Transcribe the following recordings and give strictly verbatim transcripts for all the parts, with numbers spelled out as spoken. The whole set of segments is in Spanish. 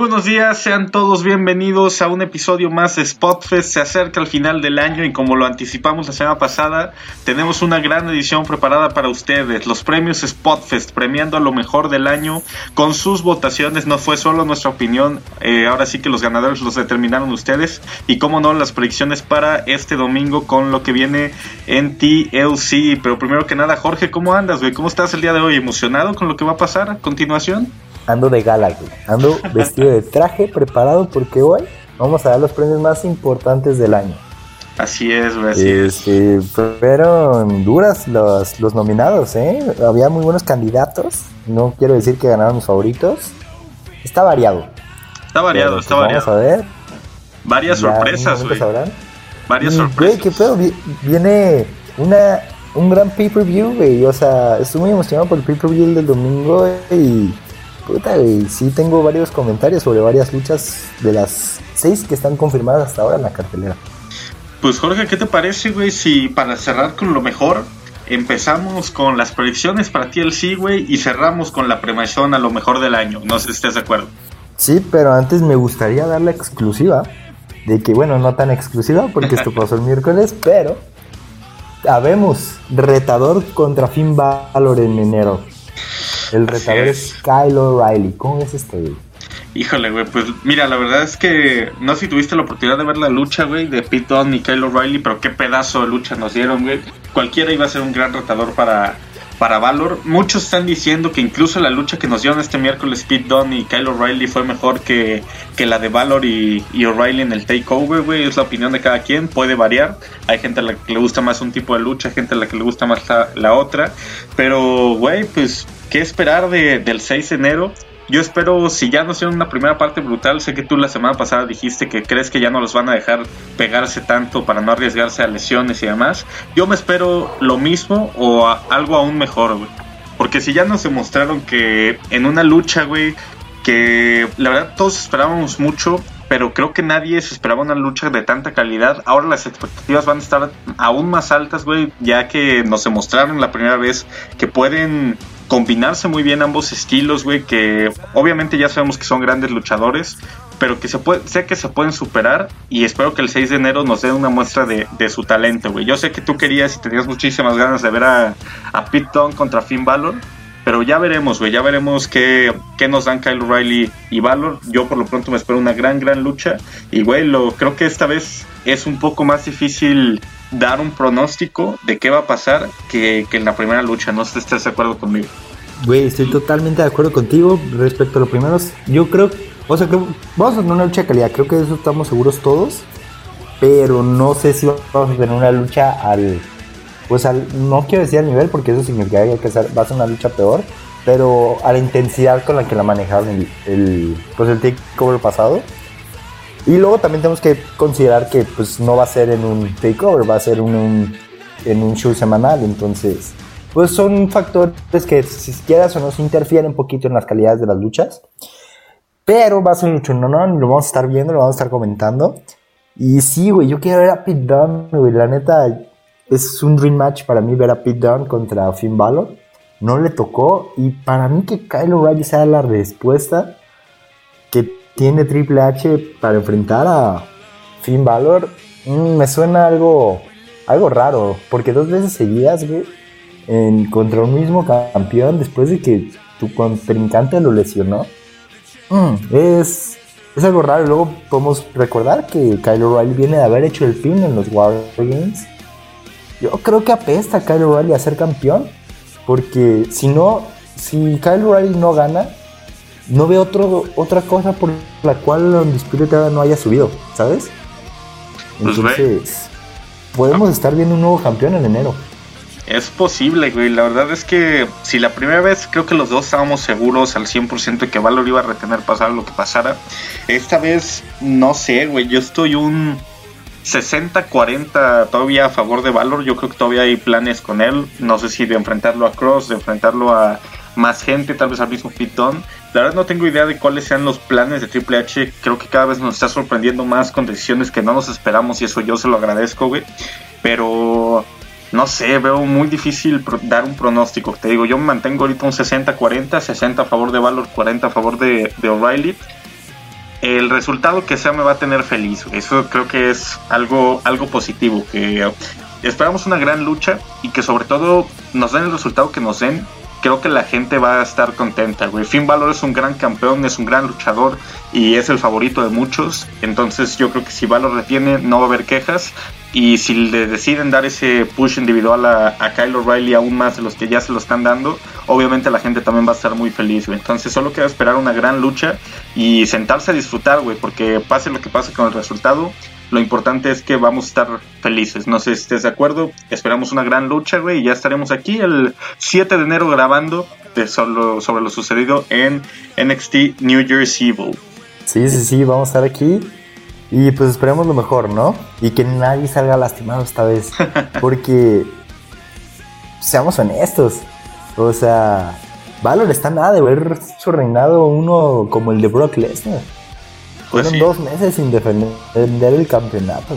buenos días, sean todos bienvenidos a un episodio más de Spotfest. Se acerca el final del año y como lo anticipamos la semana pasada, tenemos una gran edición preparada para ustedes. Los premios Spotfest, premiando a lo mejor del año con sus votaciones. No fue solo nuestra opinión, eh, ahora sí que los ganadores los determinaron ustedes. Y como no, las predicciones para este domingo con lo que viene en T L C. Pero primero que nada, Jorge, ¿cómo andas, güey? ¿Cómo estás el día de hoy? ¿Emocionado con lo que va a pasar a continuación? Ando de gala, güey. Ando vestido de traje, preparado porque hoy vamos a dar los premios más importantes del año. Así es, güey. Así este, es. Fueron duras los, los nominados, ¿eh? Había muy buenos candidatos. No quiero decir que ganaron mis favoritos. Está variado. Está variado, Pero, está pues, variado. Vamos a ver. Varias ya, sorpresas, güey. Varias y, sorpresas. Güey, qué pedo. Viene una, un gran pay-per-view, güey. O sea, estoy muy emocionado por el pay-per-view del domingo y... Puta, güey, sí tengo varios comentarios sobre varias luchas de las seis que están confirmadas hasta ahora en la cartelera. Pues Jorge, ¿qué te parece, güey? Si para cerrar con lo mejor, empezamos con las predicciones para T L C, güey, y cerramos con la premiación a lo mejor del año. No sé si estés de acuerdo. Sí, pero antes me gustaría dar la exclusiva, de que, bueno, no tan exclusiva, porque esto pasó el miércoles, pero habemos retador contra Finn Balor en enero. El retador es. es Kyle O'Reilly. ¿Cómo es este, güey? Híjole, güey, pues mira, la verdad es que no sé si tuviste la oportunidad de ver la lucha, güey, de Pete Dunne y Kyle O'Reilly, pero qué pedazo de lucha nos dieron, güey. Cualquiera iba a ser un gran retador para, para Balor. Muchos están diciendo que incluso la lucha que nos dieron este miércoles Pete Dunne y Kyle O'Reilly fue mejor que, que la de Balor y, y O'Reilly en el Takeover, güey. Es la opinión de cada quien, puede variar. Hay gente a la que le gusta más un tipo de lucha, gente a la que le gusta más la, la otra. Pero, güey, pues... ¿qué esperar de, del seis de enero? Yo espero, si ya nos hicieron una primera parte brutal, sé que tú la semana pasada dijiste que crees que ya no los van a dejar pegarse tanto para no arriesgarse a lesiones y demás. Yo me espero lo mismo o a, algo aún mejor, güey. Porque si ya nos demostraron que en una lucha, güey, que la verdad todos esperábamos mucho, pero creo que nadie se esperaba una lucha de tanta calidad. Ahora las expectativas van a estar aún más altas, güey, ya que nos demostraron la primera vez que pueden combinarse muy bien ambos estilos, güey, que obviamente ya sabemos que son grandes luchadores, pero que se puede, sé que se pueden superar y espero que el seis de enero nos dé una muestra de, de su talento, güey. Yo sé que tú querías y tenías muchísimas ganas de ver a, a Pete Dunne contra Finn Balor, pero ya veremos, güey, ya veremos qué, qué nos dan Kyle O'Reilly y Balor. Yo por lo pronto me espero una gran, gran lucha y, güey, lo, creo que esta vez es un poco más difícil dar un pronóstico de qué va a pasar que, que en la primera lucha. No sé si estás de acuerdo conmigo. Güey, estoy totalmente de acuerdo contigo respecto a lo primero. Yo creo, o sea, creo, vamos a tener una lucha de calidad, creo que de eso estamos seguros todos, pero no sé si vamos a tener una lucha al, pues al, no quiero decir al nivel porque eso significaría que va a ser una lucha peor, pero a la intensidad con la que la manejaron el, el pues el takeover pasado. Y luego también tenemos que considerar que pues no va a ser en un takeover, va a ser un, un, en un show semanal, entonces pues son factores que si quieras o no se interfieren un poquito en las calidades de las luchas, pero va a ser un lucho, no, no, lo vamos a estar viendo, lo vamos a estar comentando. Y sí, güey, yo quiero ver a Pete Dunne, güey, la neta es un dream match para mí ver a Pete Dunne contra Finn Balor, no le tocó, y para mí que Kyle O'Reilly sea la respuesta que tiene Triple H para enfrentar a Finn Balor, mmm, me suena algo algo raro, porque dos veces seguidas, güey, en, contra un mismo campeón después de que tu contrincante lo lesionó, mm, es, es algo raro. Luego podemos recordar que Kyle O'Reilly viene de haber hecho el pin en los War Games. Yo creo que apesta a Kyle O'Reilly a ser campeón, porque si no, si Kyle O'Reilly no gana, no veo otro, otra cosa por la cual Undisputed Era no haya subido, ¿sabes? Entonces, podemos estar viendo un nuevo campeón en enero. Es posible, güey. La verdad es que si la primera vez creo que los dos estábamos seguros al cien por ciento de que Balor iba a retener pasar lo que pasara, esta vez no sé, güey. Yo estoy un sesenta cuarenta todavía a favor de Balor. Yo creo que todavía hay planes con él. No sé si de enfrentarlo a Cross, de enfrentarlo a más gente, tal vez al mismo Pete Dunne. La verdad no tengo idea de cuáles sean los planes de Triple H. Creo que cada vez nos está sorprendiendo más con decisiones que no nos esperamos y eso yo se lo agradezco, güey. Pero no sé, veo muy difícil pro- dar un pronóstico. Te digo, yo me mantengo ahorita un sesenta cuarenta, sesenta a favor de Balor, cuarenta a favor de, de O'Reilly. el resultado que sea me va a tener feliz. Eso creo que es algo, algo positivo, que esperamos una gran lucha y que sobre todo nos den el resultado que nos den. Creo que la gente va a estar contenta, güey. Finn Balor es un gran campeón, es un gran luchador y es el favorito de muchos. Entonces yo creo que si Balor retiene no va a haber quejas. Y si le deciden dar ese push individual a, a Kyle O'Reilly aún más de los que ya se lo están dando, obviamente la gente también va a estar muy feliz, güey. Entonces solo queda esperar una gran lucha y sentarse a disfrutar, güey. Porque pase lo que pase con el resultado, lo importante es que vamos a estar felices. No sé si estés de acuerdo. Esperamos una gran lucha, güey. Y ya estaremos aquí el siete de enero grabando de solo, sobre lo sucedido en N X T New Year's Evil. Sí, sí, sí. Vamos a estar aquí. Y pues esperemos lo mejor, ¿no? Y que nadie salga lastimado esta vez. Porque, seamos honestos. O sea, Balor está nada de ver su reinado uno como el de Brock Lesnar. Pues Fueron sí. dos meses sin defender el campeonato.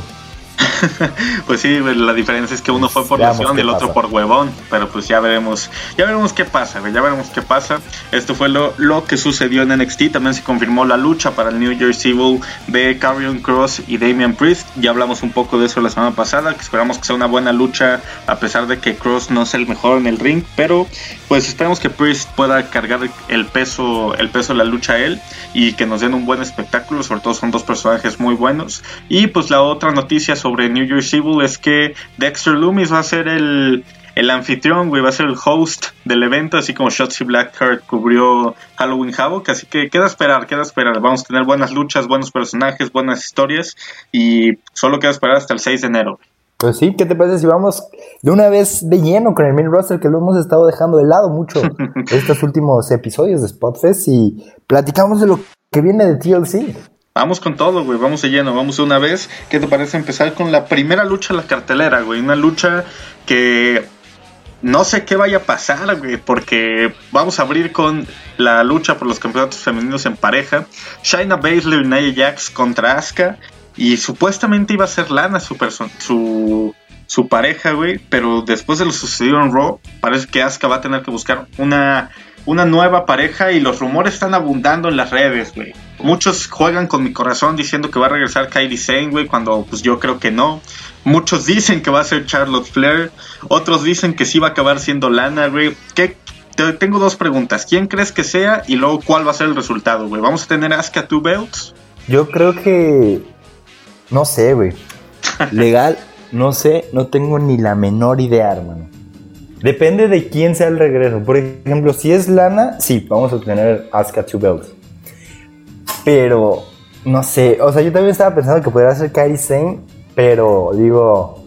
Pues sí, la diferencia es que uno fue por Veamos lesión y el otro pasa. por huevón, pero pues ya veremos, ya veremos qué pasa, ya veremos qué pasa. Esto fue lo, lo que sucedió en N X T. También se confirmó la lucha para el New Year's Evil de Karrion Kross y Damian Priest. Ya hablamos un poco de eso la semana pasada, que esperamos que sea una buena lucha a pesar de que Kross no es el mejor en el ring, pero pues esperamos que Priest pueda cargar el peso, el peso de la lucha a él y que nos den un buen espectáculo. Sobre todo son dos personajes muy buenos. Y pues la otra noticia sobre New Year's Evil es que Dexter Lumis va a ser el, el anfitrión, güey, va a ser el host del evento, así como Shotzi Blackheart cubrió Halloween Havoc, así que queda esperar, queda esperar, vamos a tener buenas luchas, buenos personajes, buenas historias y solo queda esperar hasta el seis de enero. Pues sí, ¿qué te parece si vamos de una vez de lleno con el main roster, que lo hemos estado dejando de lado mucho estos últimos episodios de Spotfest, y platicamos de lo que viene de T L C? Vamos con todo, güey, vamos de lleno, vamos de una vez. ¿Qué te parece empezar con la primera lucha de la cartelera, güey? Una lucha que no sé qué vaya a pasar, güey, porque vamos a abrir con la lucha por los campeonatos femeninos en pareja. Shayna Baszler y Nia Jax contra Asuka, y supuestamente iba a ser Lana su, perso- su, su pareja, güey, pero después de lo sucedido en Raw, parece que Asuka va a tener que buscar una... una nueva pareja y los rumores están abundando en las redes, güey. Muchos juegan con mi corazón diciendo que va a regresar Kairi Sane, güey, cuando pues yo creo que no. Muchos dicen que va a ser Charlotte Flair, otros dicen que sí va a acabar siendo Lana, güey. ¿Qué? Te, tengo dos preguntas. ¿Quién crees que sea? Y luego, ¿cuál va a ser el resultado, güey? ¿Vamos a tener Asuka Two Belts? Yo creo que... no sé, güey. Legal, no sé, no tengo ni la menor idea, hermano. Depende de quién sea el regreso. Por ejemplo, si es Lana, sí, vamos a tener Asuka Two Belts. Pero, no sé, o sea, yo también estaba pensando que podría ser Kairi Sane, pero digo,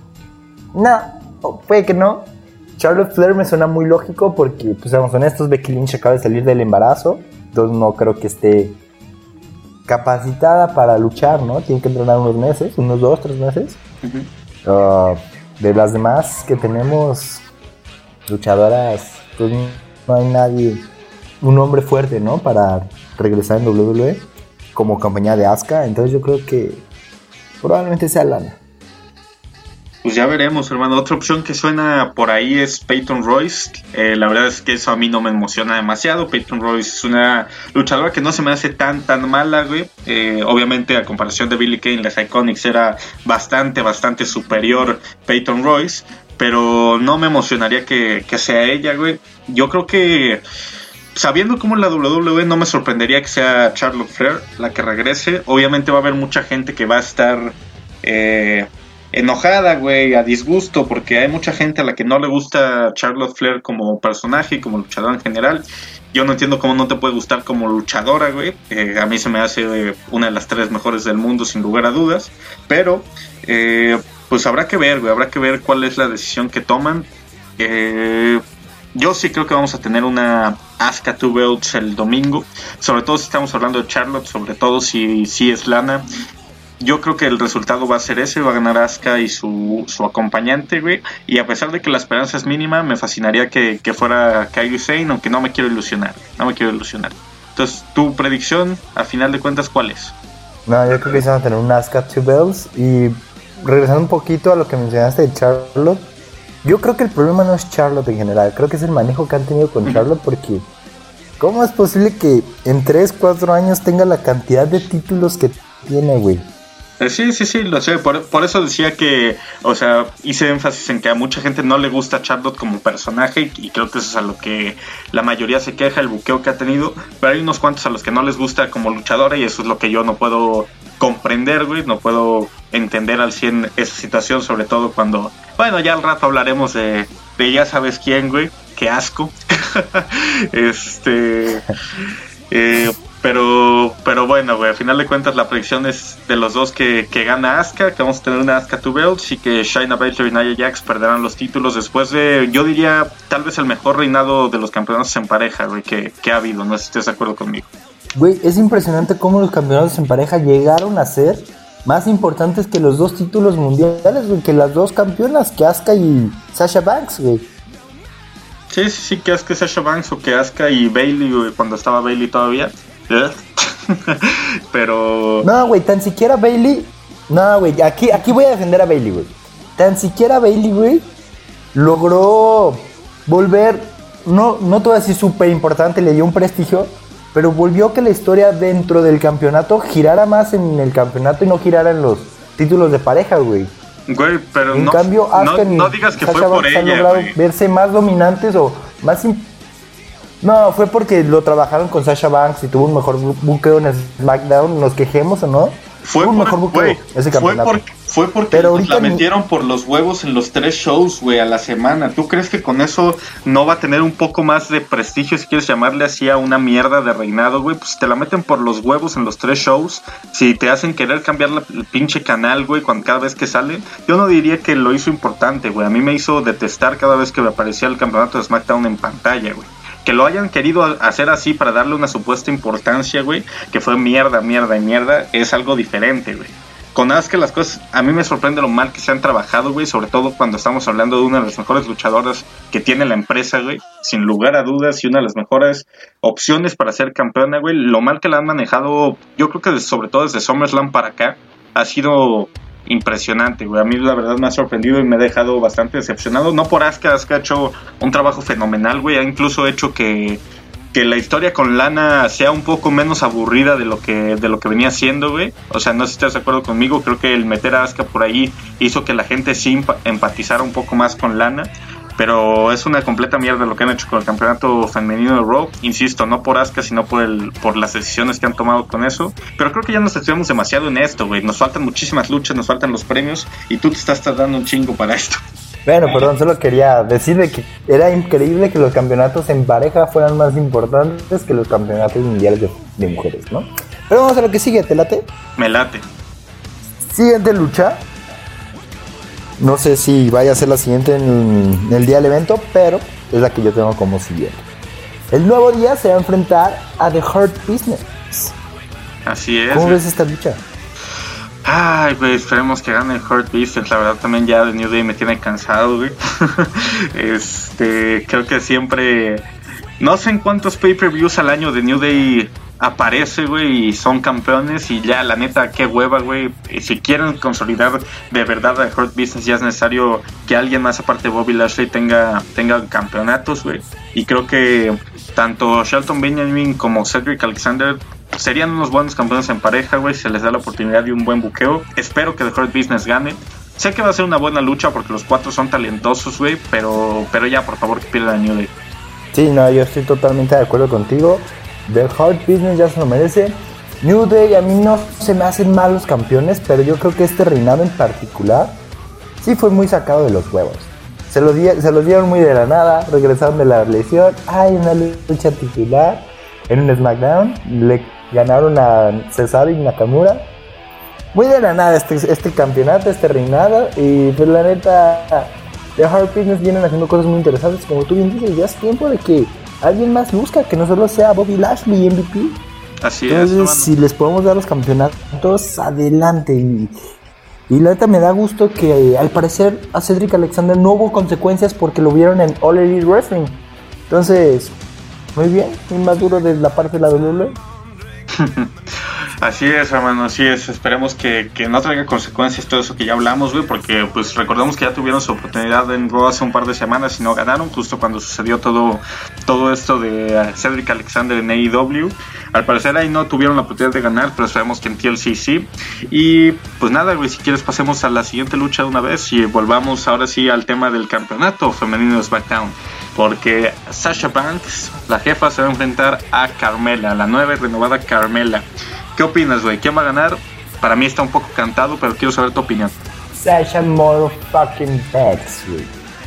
no, puede que no. Charlotte Flair me suena muy lógico porque, pues seamos honestos, Becky Lynch acaba de salir del embarazo, entonces no creo que esté capacitada para luchar, ¿no? Tiene que entrenar unos meses, unos dos, tres meses. Uh-huh. Uh, de las demás que tenemos luchadoras, pues no hay nadie, un hombre fuerte, ¿no? Para regresar en W W E como compañía de Asuka, entonces yo creo que probablemente sea Lana. Pues ya veremos, hermano. Otra opción que suena por ahí es Peyton Royce. Eh, la verdad es que eso a mí no me emociona demasiado. Peyton Royce es una luchadora que no se me hace tan, tan mala, güey. Eh, obviamente, a comparación de Billie Kay en las Iconics, era bastante, bastante superior Peyton Royce. Pero no me emocionaría que, que sea ella, güey. Yo creo que, sabiendo cómo es la W W E, no me sorprendería que sea Charlotte Flair la que regrese. Obviamente va a haber mucha gente que va a estar... Eh, enojada, güey, a disgusto, porque hay mucha gente a la que no le gusta Charlotte Flair como personaje y como luchadora en general. Yo no entiendo cómo no te puede gustar como luchadora, güey. Eh, a mí se me hace eh, una de las tres mejores del mundo, sin lugar a dudas. Pero, eh, pues habrá que ver, güey, habrá que ver cuál es la decisión que toman. Eh, yo sí creo que vamos a tener una Asuka Two Belts el domingo. Sobre todo si estamos hablando de Charlotte, sobre todo si, si es Lana. Yo creo que el resultado va a ser ese, va a ganar Asuka y su, su acompañante, güey. Y a pesar de que la esperanza es mínima, me fascinaría que, que fuera Kairi Sane, aunque no me quiero ilusionar, no me quiero ilusionar. Entonces, tu predicción, a final de cuentas, ¿cuál es? No, yo creo que se van a tener un Asuka Two Belts. Y regresando un poquito a lo que mencionaste de Charlotte, yo creo que el problema no es Charlotte en general, creo que es el manejo que han tenido con Charlotte, porque ¿Cómo es posible que en tres, cuatro años tenga la cantidad de títulos que tiene, güey? Sí, sí, sí, lo sé, por, por eso decía que, o sea, hice énfasis en que a mucha gente no le gusta Charlotte como personaje y, y creo que eso es a lo que la mayoría se queja, el buqueo que ha tenido, pero hay unos cuantos a los que no les gusta como luchadora y eso es lo que yo no puedo comprender, güey, no puedo entender al cien esa situación, sobre todo cuando, bueno, ya al rato hablaremos de, de ya sabes quién, güey, qué asco, este, eh... Pero, pero bueno, güey, al final de cuentas la predicción es de los dos que, que gana Asuka, que vamos a tener una Asuka two belts y que Shayna Baszler y Nia Jax perderán los títulos después de, yo diría, tal vez el mejor reinado de los campeonatos en pareja, güey, que, que ha habido, no sé si estás de acuerdo conmigo. Güey, es impresionante cómo los campeonatos en pareja llegaron a ser más importantes que los dos títulos mundiales, güey, que las dos campeonas, que Asuka y Sasha Banks, güey. Sí, sí, sí, que Asuka y Sasha Banks o que Asuka y Bayley, güey, cuando estaba Bayley todavía. Pero no, güey, tan siquiera Bayley. No, güey, aquí, aquí voy a defender a Bayley, güey. Tan siquiera Bayley, güey, logró volver. No, no te voy a decir súper importante, le dio un prestigio, pero volvió que la historia dentro del campeonato girara más en el campeonato y no girara en los títulos de pareja, güey. Güey, pero en no, cambio, no, no digas que Sasha fue por Banks ella, han logrado güey. verse más dominantes o más imp- No, fue porque lo trabajaron con Sasha Banks y tuvo un mejor buqueo en SmackDown. ¿Nos quejemos o no? Fue tuvo un por, mejor buqueo wey, ese fue, campeonato. por, fue porque Pero nos la ahorita metieron por los huevos en los tres shows, güey, a la semana. ¿Tú crees que con eso no va a tener un poco más de prestigio, si quieres llamarle así a una mierda de reinado, güey? Pues te la meten por los huevos en los tres shows. Si te hacen querer cambiar la, el pinche canal, güey, cuando cada vez que sale, yo no diría que lo hizo importante, güey. A mí me hizo detestar cada vez que me aparecía el campeonato de SmackDown en pantalla, güey. Que lo hayan querido hacer así para darle una supuesta importancia, güey, que fue mierda, mierda y mierda, es algo diferente, güey. Con Asuka las cosas, a mí me sorprende lo mal que se han trabajado, güey, sobre todo cuando estamos hablando de una de las mejores luchadoras que tiene la empresa, güey, sin lugar a dudas, y una de las mejores opciones para ser campeona, güey. Lo mal que la han manejado, yo creo que sobre todo desde SummerSlam para acá, ha sido impresionante, güey. A mí la verdad me ha sorprendido y me ha dejado bastante decepcionado. No por Asuka, Asuka ha hecho un trabajo fenomenal, güey. Ha incluso hecho que, que la historia con Lana sea un poco menos aburrida de lo que de lo que venía siendo, güey. O sea, no sé si estás de acuerdo conmigo. Creo que el meter a Asuka por ahí hizo que la gente sí empatizara un poco más con Lana. Pero es una completa mierda lo que han hecho con el campeonato femenino de Raw. Insisto, no por Asuka, sino por el por las decisiones que han tomado con eso. Pero creo que ya nos estudiamos demasiado en esto, güey. Nos faltan muchísimas luchas, nos faltan los premios. Y tú te estás tardando un chingo para esto. Bueno, perdón, solo quería decir de que era increíble que los campeonatos en pareja fueran más importantes que los campeonatos mundiales de, de mujeres, ¿no? Pero vamos a lo que sigue, ¿te late? Me late. Siguiente lucha. No sé si vaya a ser la siguiente en, en el día del evento, pero es la que yo tengo como siguiente. El nuevo día se va a enfrentar a The Hurt Business. Así es. ¿Cómo ves esta lucha? Ay, güey, esperemos que gane el Hurt Business. La verdad también ya The New Day me tiene cansado, güey. este, creo que siempre... No sé en cuántos pay-per-views al año de New Day aparece, güey, y son campeones. Y ya, la neta, qué hueva, güey. Si quieren consolidar de verdad a Hurt Business, ya es necesario que alguien más aparte de Bobby Lashley tenga, tenga campeonatos, güey. Y creo que tanto Shelton Benjamin como Cedric Alexander serían unos buenos campeones en pareja, güey, si se les da la oportunidad de un buen buqueo. Espero que The Hurt Business gane. Sé que va a ser una buena lucha porque los cuatro son talentosos, güey, pero, pero ya, por favor, que pierda a New Day. Sí, no, yo estoy totalmente de acuerdo contigo. The Hurt Business ya se lo merece. New Day a mí no se me hacen malos campeones, pero yo creo que este reinado en particular sí fue muy sacado de los huevos. Se los, di- se los dieron muy de la nada, regresaron de la lesión. Hay una lucha titular en un SmackDown, le ganaron a Cesaro y Nakamura. Muy de la nada este, este campeonato, este reinado, y pues la neta... The Hurt Business vienen haciendo cosas muy interesantes, como tú bien dices, ya es tiempo de que alguien más luzca, que no solo sea Bobby Lashley y M V P. Así Entonces, es. Entonces, si les podemos dar los campeonatos, adelante. Y, y la neta me da gusto que al parecer a Cedric Alexander no hubo consecuencias porque lo vieron en All Elite Wrestling. Entonces, muy bien, muy maduro de la parte de la W W E. Así es, hermano, así es. Esperemos que, que no traiga consecuencias todo eso que ya hablamos, güey, porque pues recordemos que ya tuvieron su oportunidad en Raw hace un par de semanas y no ganaron, justo cuando sucedió todo, todo esto de Cedric Alexander en A E W. Al parecer ahí no tuvieron la oportunidad de ganar, pero esperemos que en T L C sí. Y pues nada, güey, si quieres pasemos a la siguiente lucha de una vez y volvamos ahora sí al tema del campeonato femenino de SmackDown. Porque Sasha Banks, la jefa, se va a enfrentar a Carmella, la nueva y renovada Carmella. ¿Qué opinas, güey? ¿Quién va a ganar? Para mí está un poco cantado, pero quiero saber tu opinión. Sasha motherfucking Banks, güey.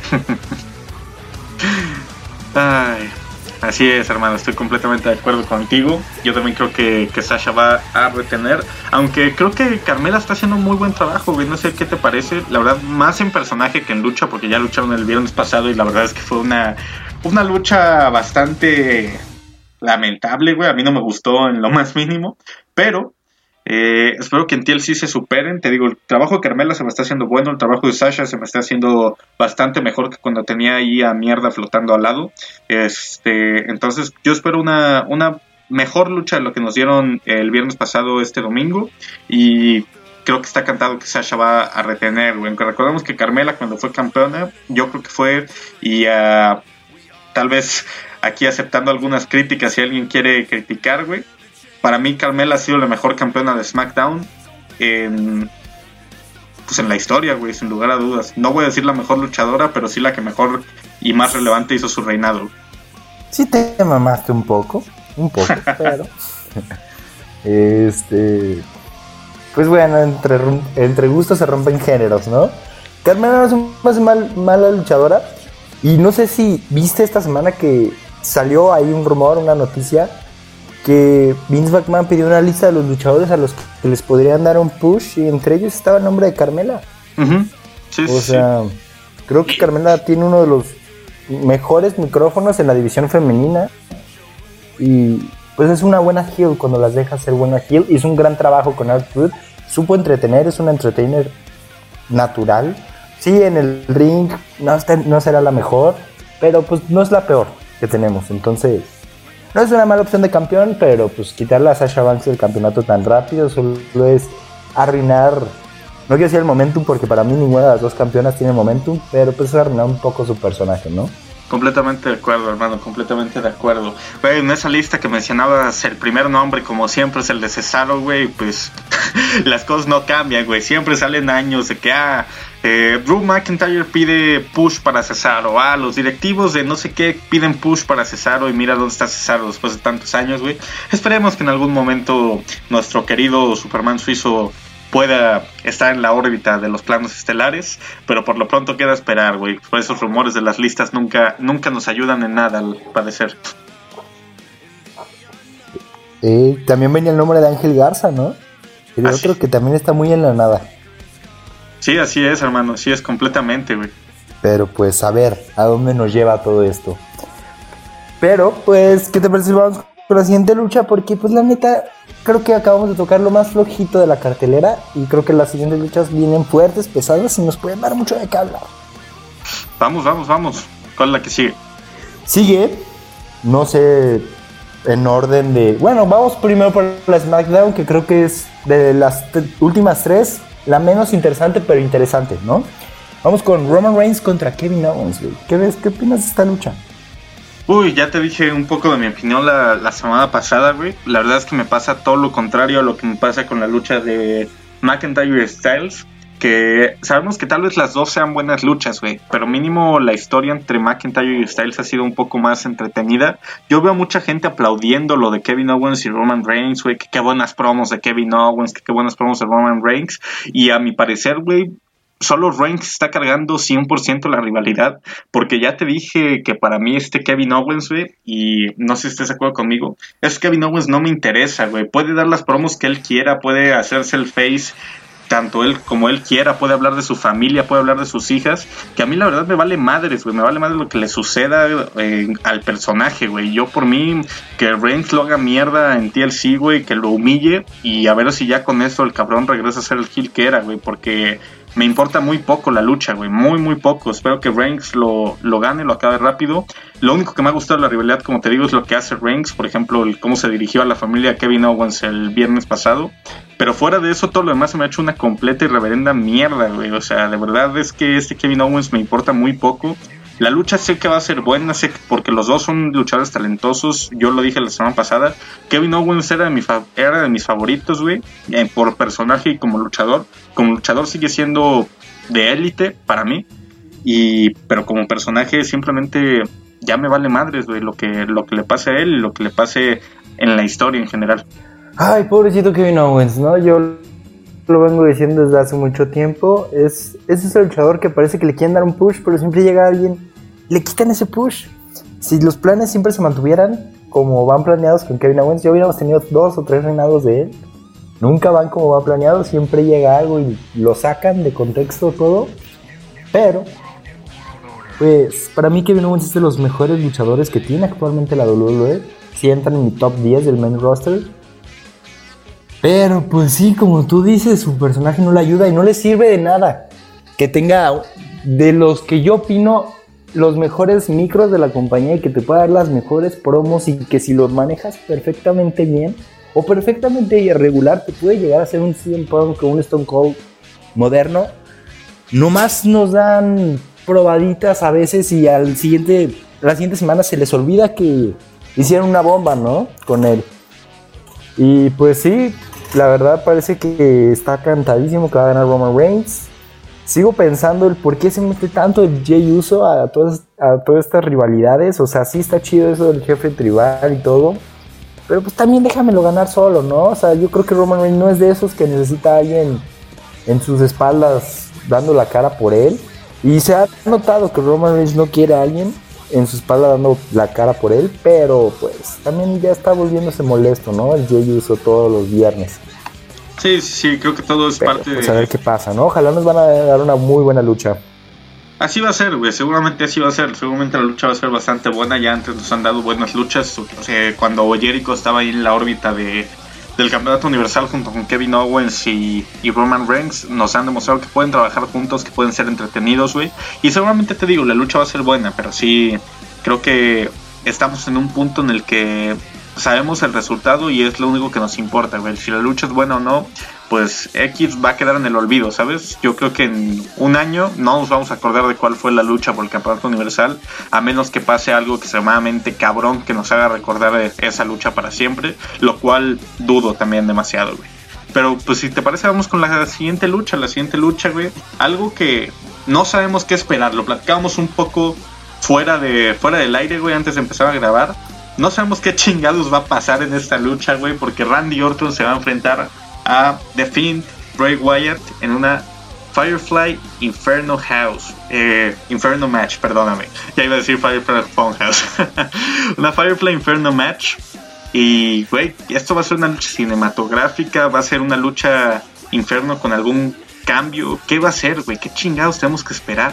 Ay, así es, hermano, estoy completamente de acuerdo contigo. Yo también creo que, que Sasha va a retener, aunque creo que Carmella está haciendo un muy buen trabajo, güey. No sé qué te parece, la verdad, más en personaje que en lucha, porque ya lucharon el viernes pasado y la verdad es que fue una, una lucha bastante lamentable, güey. A mí no me gustó en lo más mínimo, pero eh, espero que en T L C se superen. Te digo, el trabajo de Carmella se me está haciendo bueno, el trabajo de Sasha se me está haciendo bastante mejor que cuando tenía ahí a Mierda flotando al lado. Este, entonces yo espero una, una mejor lucha de lo que nos dieron el viernes pasado este domingo, y creo que está cantado que Sasha va a retener, güey. Aunque recordemos que Carmella cuando fue campeona, yo creo que fue, y uh, tal vez aquí aceptando algunas críticas si alguien quiere criticar, güey, para mí Carmella ha sido la mejor campeona de SmackDown en, pues en la historia, güey, sin lugar a dudas. No voy a decir la mejor luchadora, pero sí la que mejor y más relevante hizo su reinado. Sí te mamaste un poco, un poco, pero... este... Pues bueno, entre, entre gustos se rompen géneros, ¿no? Carmella no es más mal, mala luchadora, y no sé si viste esta semana que salió ahí un rumor, una noticia, que Vince McMahon pidió una lista de los luchadores a los que les podrían dar un push, y entre ellos estaba el nombre de Carmella. Uh-huh. Sí, o sí, sea, sí. Creo que Carmella tiene uno de los mejores micrófonos en la división femenina, y pues es una buena heel cuando las deja ser buena heel. Hizo un gran trabajo con R-Truth, supo entretener, es una entertainer natural. Sí, en el ring no, está, no será la mejor, pero pues no es la peor que tenemos. Entonces, no es una mala opción de campeón, pero pues quitarle a Sasha Banks del campeonato tan rápido solo es arruinar, no quiero decir el momentum, porque para mí ninguna de las dos campeonas tiene momentum, pero pues es arruinar un poco su personaje, ¿no? Completamente de acuerdo, hermano, completamente de acuerdo. Güey, en esa lista que mencionabas, el primer nombre, como siempre, es el de Cesaro, güey, pues las cosas no cambian, güey. Siempre salen años de que, ah, eh, Drew McIntyre pide push para Cesaro, ah, los directivos de no sé qué piden push para Cesaro, y mira dónde está Cesaro después de tantos años, güey. Esperemos que en algún momento nuestro querido Superman suizo pueda estar en la órbita de los planos estelares, pero por lo pronto queda esperar, güey. Por esos rumores de las listas nunca, nunca nos ayudan en nada, al parecer. Eh, también venía el nombre de Ángel Garza, ¿no? Y de otro que también está muy en la nada. Sí, así es, hermano, así es completamente, güey. Pero pues a ver, ¿a dónde nos lleva todo esto? Pero pues, ¿qué te parece si vamos con la siguiente lucha? Porque pues la neta, creo que acabamos de tocar lo más flojito de la cartelera, y creo que las siguientes luchas vienen fuertes, pesadas, y nos pueden dar mucho de qué hablar. Vamos, vamos, vamos. ¿Cuál es la que sigue? Sigue, no sé, en orden de... Bueno, vamos primero por la SmackDown, que creo que es de las t- últimas tres, la menos interesante, pero interesante, ¿no? Vamos con Roman Reigns contra Kevin Owens, güey. ¿Qué ves? ¿Qué opinas de esta lucha? Uy, ya te dije un poco de mi opinión la, la semana pasada, güey. La verdad es que me pasa todo lo contrario a lo que me pasa con la lucha de McIntyre y Styles. Que sabemos que tal vez las dos sean buenas luchas, güey, pero mínimo la historia entre McIntyre y Styles ha sido un poco más entretenida. Yo veo a mucha gente aplaudiendo lo de Kevin Owens y Roman Reigns, güey, que qué buenas promos de Kevin Owens, que qué buenas promos de Roman Reigns. Y a mi parecer, güey, solo Reigns está cargando cien por ciento la rivalidad, porque ya te dije que para mí este Kevin Owens, güey, y no sé si estés de acuerdo conmigo, es Kevin Owens no me interesa, güey. Puede dar las promos que él quiera, puede hacerse el face tanto él como él quiera, puede hablar de su familia, puede hablar de sus hijas, que a mí la verdad me vale madres, güey, me vale madres lo que le suceda eh, al personaje, güey. Yo por mí, que Reigns lo haga mierda en T L C, güey, que lo humille, y a ver si ya con eso el cabrón regresa a ser el heel que era, güey, porque me importa muy poco la lucha, güey, muy, muy poco. Espero que Reigns lo, lo gane, lo acabe rápido. Lo único que me ha gustado de la rivalidad, como te digo, es lo que hace Reigns. Por ejemplo, el cómo se dirigió a la familia Kevin Owens el viernes pasado. Pero fuera de eso, todo lo demás se me ha hecho una completa y reverenda mierda, güey. O sea, de verdad es que este Kevin Owens me importa muy poco. La lucha sé que va a ser buena, sé que porque los dos son luchadores talentosos. Yo lo dije la semana pasada. Kevin Owens era de, mi fa- era de mis favoritos, güey, eh, por personaje y como luchador. Como luchador sigue siendo de élite para mí. Y pero como personaje simplemente ya me vale madres, güey, lo que, lo que le pase a él y lo que le pase en la historia en general. Ay, pobrecito Kevin Owens, ¿no? Yo lo vengo diciendo desde hace mucho tiempo. Es, es ese luchador que parece que le quieren dar un push, pero siempre llega alguien y le quitan ese push. Si los planes siempre se mantuvieran como van planeados con Kevin Owens, ya hubiéramos tenido dos o tres reinados de él. Nunca van como va planeado, siempre llega algo y lo sacan de contexto todo. Pero, pues, para mí Kevin Owens es de los mejores luchadores que tiene actualmente la W W E. Si entran en mi top diez del main roster. Pero pues sí, como tú dices, su personaje no le ayuda y no le sirve de nada que tenga de los que yo opino los mejores micros de la compañía y que te pueda dar las mejores promos y que si los manejas perfectamente bien o perfectamente irregular te puede llegar a ser un C M Punk o un Stone Cold moderno. Nomás nos dan probaditas a veces y al siguiente, la siguiente semana se les olvida que hicieron una bomba, ¿no? Con él. Y pues sí, la verdad parece que está cantadísimo que va a ganar Roman Reigns. Sigo pensando el por qué se mete tanto el Jey Uso a todas, a todas estas rivalidades. O sea, sí está chido eso del jefe tribal y todo, pero pues también déjamelo ganar solo, ¿no? O sea, yo creo que Roman Reigns no es de esos que necesita a alguien en sus espaldas dando la cara por él. Y se ha notado que Roman Reigns no quiere a alguien en su espalda dando la cara por él, pero pues también ya está volviéndose molesto, ¿no? El Jey Uso todos los viernes. Sí, sí, sí, creo que todo es pero, parte pues, de... a ver qué pasa, ¿no? Ojalá nos van a dar una muy buena lucha. Así va a ser, güey, seguramente así va a ser, seguramente la lucha va a ser bastante buena. Ya antes nos han dado buenas luchas, o sea, cuando Jericho estaba ahí en la órbita de del campeonato universal junto con Kevin Owens y, y Roman Reigns, nos han demostrado que pueden trabajar juntos, que pueden ser entretenidos, güey. Y seguramente te digo, la lucha va a ser buena, pero sí, creo que estamos en un punto en el que sabemos el resultado y es lo único que nos importa, güey. Si la lucha es buena o no, pues X va a quedar en el olvido, ¿sabes? Yo creo que en un año no nos vamos a acordar de cuál fue la lucha por el campeonato universal, a menos que pase algo extremadamente cabrón que nos haga recordar esa lucha para siempre, lo cual dudo también demasiado, güey. Pero pues si te parece, vamos con la siguiente lucha, la siguiente lucha, güey. Algo que no sabemos qué esperar, lo platicábamos un poco fuera de fuera del aire, güey, antes de empezar a grabar. No sabemos qué chingados va a pasar en esta lucha, güey, porque Randy Orton se va a enfrentar a The Fiend, Bray Wyatt, en una Firefly Inferno House, eh, Inferno Match, perdóname, ya iba a decir Firefly Funhouse. Una Firefly Inferno Match. Y, güey, esto va a ser una lucha cinematográfica, va a ser una lucha Inferno con algún cambio. ¿Qué va a ser, güey? ¿Qué chingados tenemos que esperar?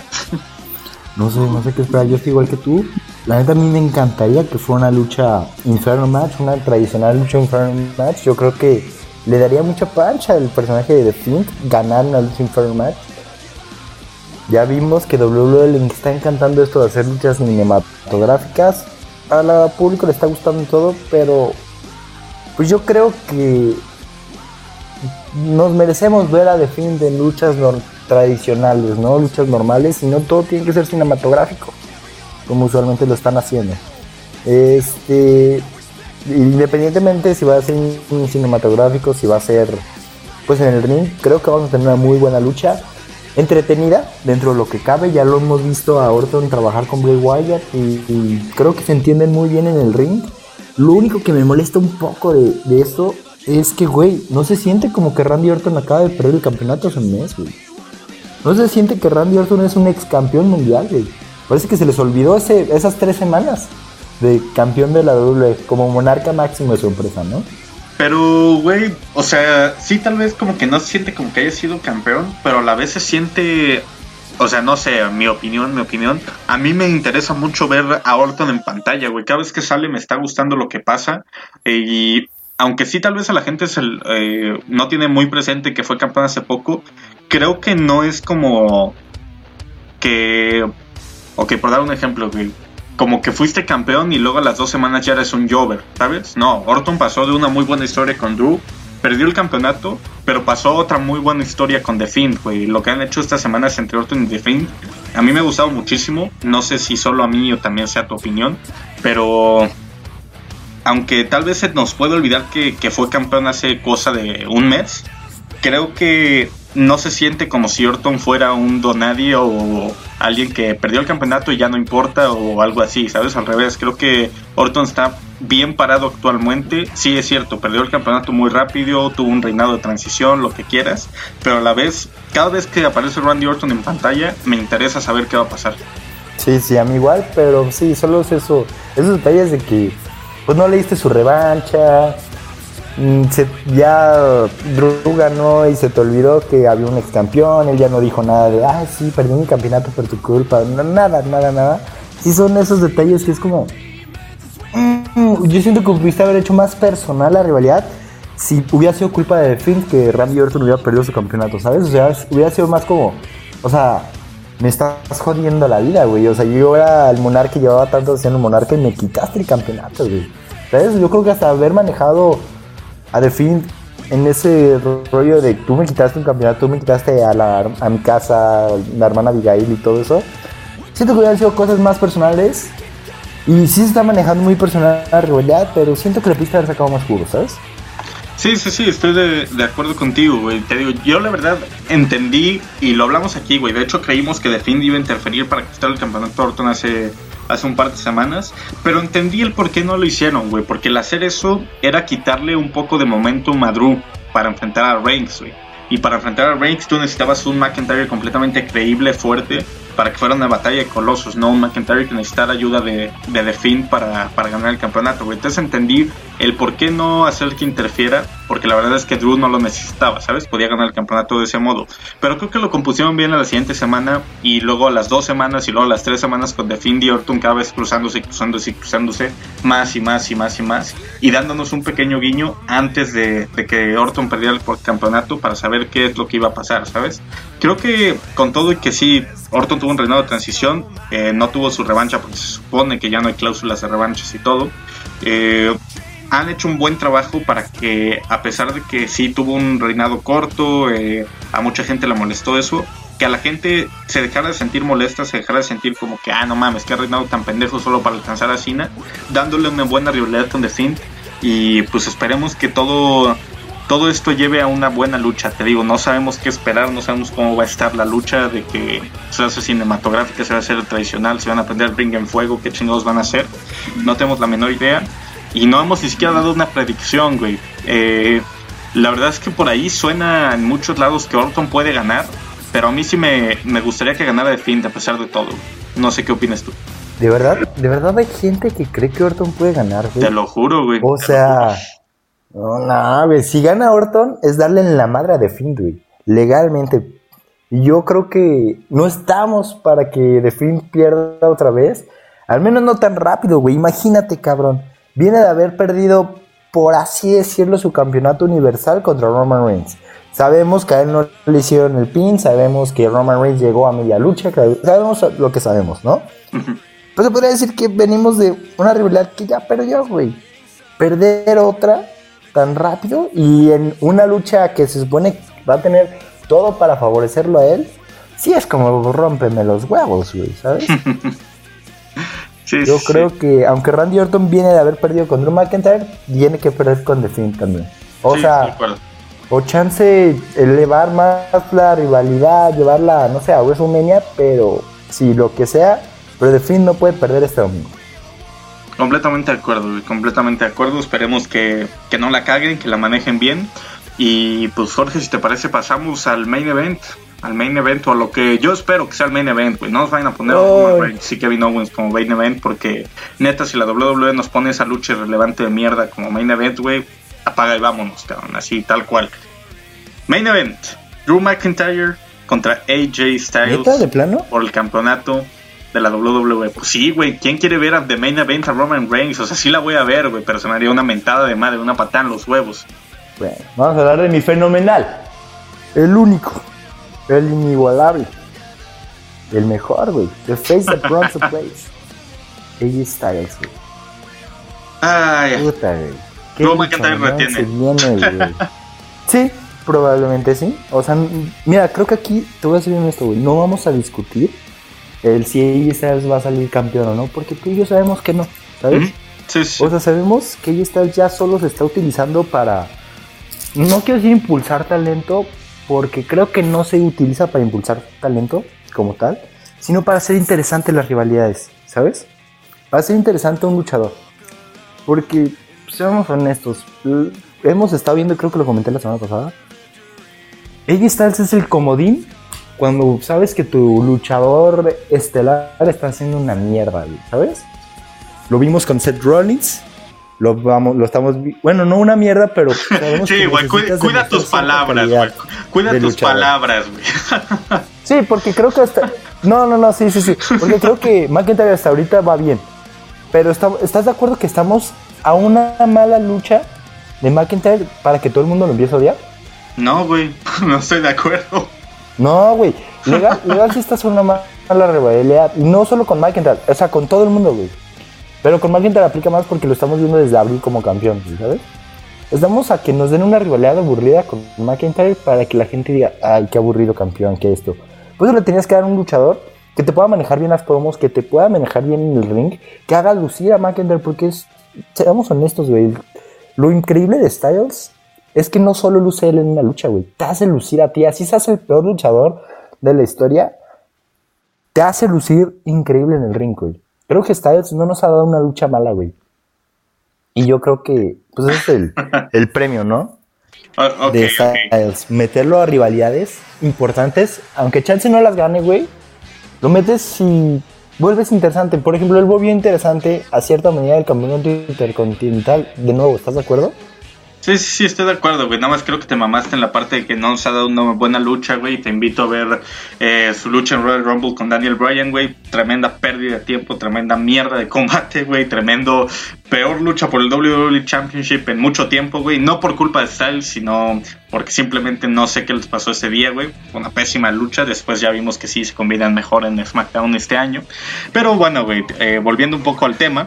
No sé, no sé qué esperar, yo estoy igual que tú. La neta a mí me encantaría que fuera una lucha Inferno Match, una tradicional lucha Inferno Match. Yo creo que le daría mucha pancha al personaje de The Fiend ganar una lucha Inferno Match. Ya vimos que W W E le está encantando esto de hacer luchas cinematográficas. A la público le está gustando todo, pero pues yo creo que nos merecemos ver a The Fiend en luchas no tradicionales, ¿no? Luchas normales, y no todo tiene que ser cinematográfico como usualmente lo están haciendo. Este, independientemente si va a ser un cinematográfico, si va a ser pues en el ring, creo que vamos a tener una muy buena lucha, entretenida dentro de lo que cabe. Ya lo hemos visto a Orton trabajar con Bray Wyatt y, y creo que se entienden muy bien en el ring. Lo único que me molesta un poco de, de esto es que, güey, no se siente como que Randy Orton acaba de perder el campeonato hace un mes, güey. No se siente que Randy Orton es un ex campeón mundial, güey. Parece que se les olvidó ese, esas tres semanas de campeón de la W W E como monarca máximo de su empresa, ¿no? Pero, güey, o sea, sí, tal vez como que no se siente como que haya sido campeón, pero a la vez se siente, o sea, no sé, mi opinión, mi opinión, a mí me interesa mucho ver a Orton en pantalla, güey. Cada vez que sale me está gustando lo que pasa, y aunque sí tal vez a la gente se, eh, no tiene muy presente que fue campeón hace poco, creo que no es como que, ok, por dar un ejemplo, güey, como que fuiste campeón y luego a las dos semanas ya eres un Jover, ¿sabes? No, Orton pasó de una muy buena historia con Drew, perdió el campeonato, pero pasó otra muy buena historia con The Fiend, güey. Lo que han hecho estas semanas entre Orton y The Fiend, a mí me ha gustado muchísimo. No sé si solo a mí o también sea tu opinión, pero aunque tal vez se nos puede olvidar que, que fue campeón hace cosa de un mes, creo que no se siente como si Orton fuera un donadie o alguien que perdió el campeonato y ya no importa o algo así, ¿sabes? Al revés, creo que Orton está bien parado actualmente. Sí, es cierto, perdió el campeonato muy rápido, tuvo un reinado de transición, lo que quieras, pero a la vez, cada vez que aparece Randy Orton en pantalla, me interesa saber qué va a pasar. Sí, sí, a mí igual, pero sí, solo es eso, esos detalles de que pues no le diste su revancha, se, ya Drew ganó y se te olvidó que había un ex campeón, él ya no dijo nada de, ay sí, perdí mi campeonato por tu culpa, no, nada, nada, nada. Sí son esos detalles que es como, mm, yo siento que pudiste haber hecho más personal la rivalidad si hubiera sido culpa de The Fiend que Randy Orton hubiera perdido su campeonato, ¿sabes? O sea, hubiera sido más como, o sea, me estás jodiendo la vida, güey. O sea, yo era el monarca y llevaba tanto siendo monarca y me quitaste el campeonato, güey. ¿Sabes? Yo creo que hasta haber manejado a The Fiend en ese rollo de tú me quitaste un campeonato, tú me quitaste a, la, a mi casa, la hermana Abigail y todo eso. Siento que hubieran sido cosas más personales. Y sí se está manejando muy personal la rivalidad, pero siento que le pudiste haber sacado más jugo, ¿sabes? Sí, sí, sí, estoy de, de acuerdo contigo, güey. Te digo, yo la verdad entendí, y lo hablamos aquí, güey. De hecho, creímos que The Fiend iba a interferir para quitar el campeonato a Orton hace, hace un par de semanas. Pero entendí el por qué no lo hicieron, güey. Porque el hacer eso era quitarle un poco de momentum a Drew para enfrentar a Reigns, güey. Y para enfrentar a Reigns tú necesitabas un McIntyre completamente creíble, fuerte, para que fuera una batalla de colosos, no un McIntyre que necesitara ayuda de, de The Fiend para, para ganar el campeonato, güey. Entonces entendí el por qué no hacer que interfiera, porque la verdad es que Drew no lo necesitaba, ¿sabes? Podía ganar el campeonato de ese modo. Pero creo que lo compusieron bien a la siguiente semana, y luego a las dos semanas, y luego a las tres semanas con The Fiend y Orton cada vez cruzándose y cruzándose y cruzándose, más y más y más y más, y dándonos un pequeño guiño antes de, de que Orton perdiera el campeonato para saber qué es lo que iba a pasar, ¿sabes? Creo que con todo y que sí, Orton tuvo un reinado de transición, eh, no tuvo su revancha porque se supone que ya no hay cláusulas de revanchas y todo. Eh, han hecho un buen trabajo para que, a pesar de que sí tuvo un reinado corto, eh, a mucha gente le molestó eso, que a la gente se dejara de sentir molesta, se dejara de sentir como que, ah, no mames, que ha reinado tan pendejo solo para alcanzar a Cena, dándole una buena rivalidad con The Fiend. Y pues esperemos que todo... todo esto lleve a una buena lucha. Te digo, no sabemos qué esperar, no sabemos cómo va a estar la lucha, de que se va a hacer cinematográfica, se va a hacer tradicional, se van a prender ring en fuego, qué chingados van a hacer, no tenemos la menor idea, y no hemos ni siquiera dado una predicción, güey. Eh, la verdad es que por ahí suena en muchos lados que Orton puede ganar, pero a mí sí me, me gustaría que ganara The Fiend a pesar de todo. No sé qué opinas tú. De verdad, de verdad hay gente que cree que Orton puede ganar, güey. Te lo juro, güey. O sea... No, no, güey, si gana Orton es darle en la madre a The Fiend, güey, legalmente. Y yo creo que no estamos para que The Fiend pierda otra vez, al menos no tan rápido, güey. Imagínate, cabrón, viene de haber perdido, por así decirlo, su campeonato universal contra Roman Reigns. Sabemos que a él no le hicieron el pin, sabemos que Roman Reigns llegó a media lucha, sabemos lo que sabemos, ¿no? Pues se podría decir que venimos de una rivalidad que ya perdió, güey. Perder otra tan rápido y en una lucha que se supone que va a tener todo para favorecerlo a él, sí es como rómpeme los huevos, güey, ¿sabes? Sí, Yo sí, creo sí. que aunque Randy Orton viene de haber perdido con Drew McIntyre, tiene que perder con The Fiend también. O sí, sea, o chance elevar más la rivalidad, llevarla, no sé, a WrestleMania, pero sí, lo que sea, pero The Fiend no puede perder este domingo. Completamente de acuerdo, completamente de acuerdo. Esperemos que, que no la caguen, que la manejen bien. Y pues Jorge, si te parece, pasamos al main event. Al main event, o a lo que yo espero que sea el main event, güey. No nos vayan a poner oh. a Roman Reigns y Kevin Owens como main event, porque neta, si la doble u doble u E nos pone esa lucha irrelevante de mierda como main event, güey, apaga y vámonos, cabrón, así, tal cual. Main event, Drew McIntyre contra A J Styles. ¿Neta, de plano? Por el campeonato de la doble u doble u E. Pues sí, güey, ¿quién quiere ver a The Main Event a Roman Reigns? O sea, sí la voy a ver, güey, pero se me haría una mentada de madre, una patada en los huevos. Bueno, vamos a hablar de mi fenomenal, el único, el inigualable, el mejor, güey, the face that runs the place, A J Styles, güey. Ay, puta, güey. Drew McIntyre retiene. Viene, güey. Sí, probablemente sí. O sea, mira, creo que aquí te voy a decir esto, güey. No vamos a discutir el si A J Styles va a salir campeón o no, porque tú y yo sabemos que no, ¿sabes? Mm-hmm. Sí, sí. O sea, sabemos que A J Styles ya solo se está utilizando para, no quiero decir impulsar talento, porque creo que no se utiliza para impulsar talento como tal, sino para hacer interesantes las rivalidades, ¿sabes? Para hacer interesante a un luchador. Porque, seamos honestos, hemos estado viendo, creo que lo comenté la semana pasada, A J Styles es el comodín cuando sabes que tu luchador estelar está haciendo una mierda, ¿sabes? Lo vimos con Seth Rollins, lo vamos, lo estamos, bueno, no una mierda, pero sabemos sí, güey, cuida, cuida tus palabras, güey, cuida tus luchador. palabras, güey. Sí, porque creo que hasta, no, no, no, sí, sí, sí, porque creo que McIntyre hasta ahorita va bien. Pero está, ¿estás de acuerdo que estamos a una mala lucha de McIntyre para que todo el mundo lo empiece a odiar? No, güey, no estoy de acuerdo. No, güey, legal, legal sí estás en una mala rivalidad. Y no solo con McIntyre, o sea, con todo el mundo, güey. Pero con McIntyre aplica más porque lo estamos viendo desde abril como campeón, ¿sabes? Estamos a que nos den una rivalidad aburrida con McIntyre para que la gente diga, ay, qué aburrido campeón, qué esto. Por eso le tenías que dar un luchador que te pueda manejar bien las promos, que te pueda manejar bien en el ring, que haga lucir a McIntyre, porque es, seamos honestos, güey, lo increíble de Styles es que no solo luce él en una lucha, güey, te hace lucir a ti, así se hace el peor luchador de la historia, te hace lucir increíble en el ring, güey. Creo que Styles no nos ha dado una lucha mala, güey. Y yo creo que, pues ese es el, el premio, ¿no? Uh, okay, de Styles, okay. Meterlo a rivalidades importantes, aunque chance no las gane, güey, lo metes y vuelves interesante. Por ejemplo, él volvió interesante a cierta medida el campeonato intercontinental de nuevo, ¿estás de acuerdo? Sí, sí, sí, estoy de acuerdo, güey. Nada más creo que te mamaste en la parte de que no nos ha dado una buena lucha, güey. Te invito a ver eh, su lucha en Royal Rumble con Daniel Bryan, güey. Tremenda pérdida de tiempo, tremenda mierda de combate, güey. Tremendo, peor lucha por el doble u doble u E Championship en mucho tiempo, güey. No por culpa de Styles, sino porque simplemente no sé qué les pasó ese día, güey. Fue una pésima lucha. Después ya vimos que sí se combinan mejor en SmackDown este año. Pero bueno, güey, eh, volviendo un poco al tema.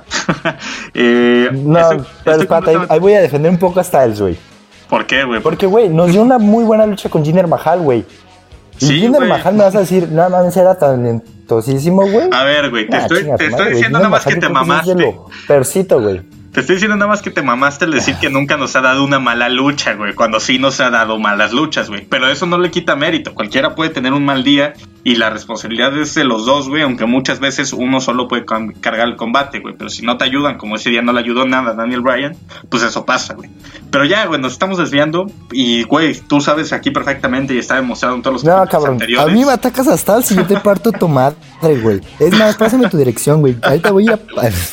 eh, no, estoy, pero estoy espérate, completamente... ahí voy a defender un poco a Styles, güey. ¿Por qué, güey? Porque, güey, nos dio una muy buena lucha con Jinder Mahal, güey. Y sí, Jinder wey. Mahal me vas a decir, nada más era talentosísimo, güey. A ver, güey, te, ah, estoy, te estoy diciendo nada más que te mamaste. Persito, güey. Te estoy diciendo nada más que te mamaste el decir que nunca nos ha dado una mala lucha, güey. Cuando sí nos ha dado malas luchas, güey. Pero eso no le quita mérito. Cualquiera puede tener un mal día y la responsabilidad es de los dos, güey. Aunque muchas veces uno solo puede cargar el combate, güey. Pero si no te ayudan, como ese día no le ayudó nada a Daniel Bryan, pues eso pasa, güey. Pero ya, güey, nos estamos desviando. Y, güey, tú sabes aquí perfectamente y está demostrado en todos los no, cabrón, anteriores. A mí me atacas hasta el si yo te parto tu madre, güey. Es más, pásame tu dirección, güey. Ahorita voy a...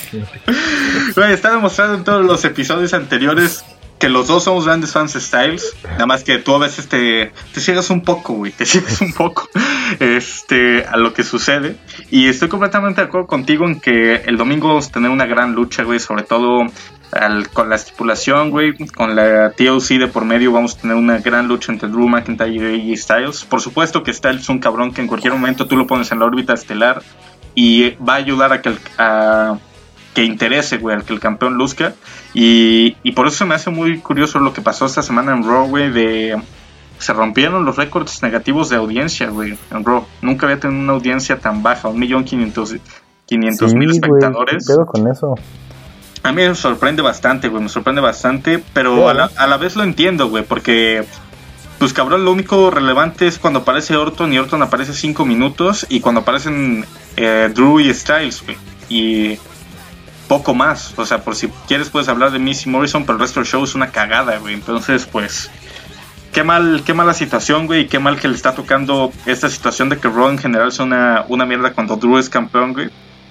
Güey, está demostrado en todos los episodios anteriores que los dos somos grandes fans de Styles. Nada más que tú a veces te, te ciegas un poco, güey. Te ciegas un poco este, a lo que sucede. Y estoy completamente de acuerdo contigo en que el domingo vamos a tener una gran lucha, güey. Sobre todo al, con la estipulación, güey. Con la T L C de por medio vamos a tener una gran lucha entre Drew McIntyre y A J Styles. Por supuesto que Styles es un cabrón que en cualquier momento tú lo pones en la órbita estelar y va a ayudar a que... El, a, que interese, güey, al que el campeón luzca. Y, y por eso se me hace muy curioso lo que pasó esta semana en Raw, güey, de... Se rompieron los récords negativos de audiencia, güey, en Raw. Nunca había tenido una audiencia tan baja, un millón quinientos mil espectadores. ¿Qué pedo con eso? A mí me sorprende bastante, güey, me sorprende bastante, pero yeah. a, la, a la vez lo entiendo, güey, porque... Pues cabrón, lo único relevante es cuando aparece Orton y Orton aparece cinco minutos y cuando aparecen eh, Drew y Styles, güey. Y... poco más, o sea, por si quieres puedes hablar de Miz y Morrison, pero el resto del show es una cagada, güey. Entonces, pues, qué mal, qué mala situación, güey, y qué mal que le está tocando esta situación de que Raw en general es una, una mierda cuando Drew es campeón, güey.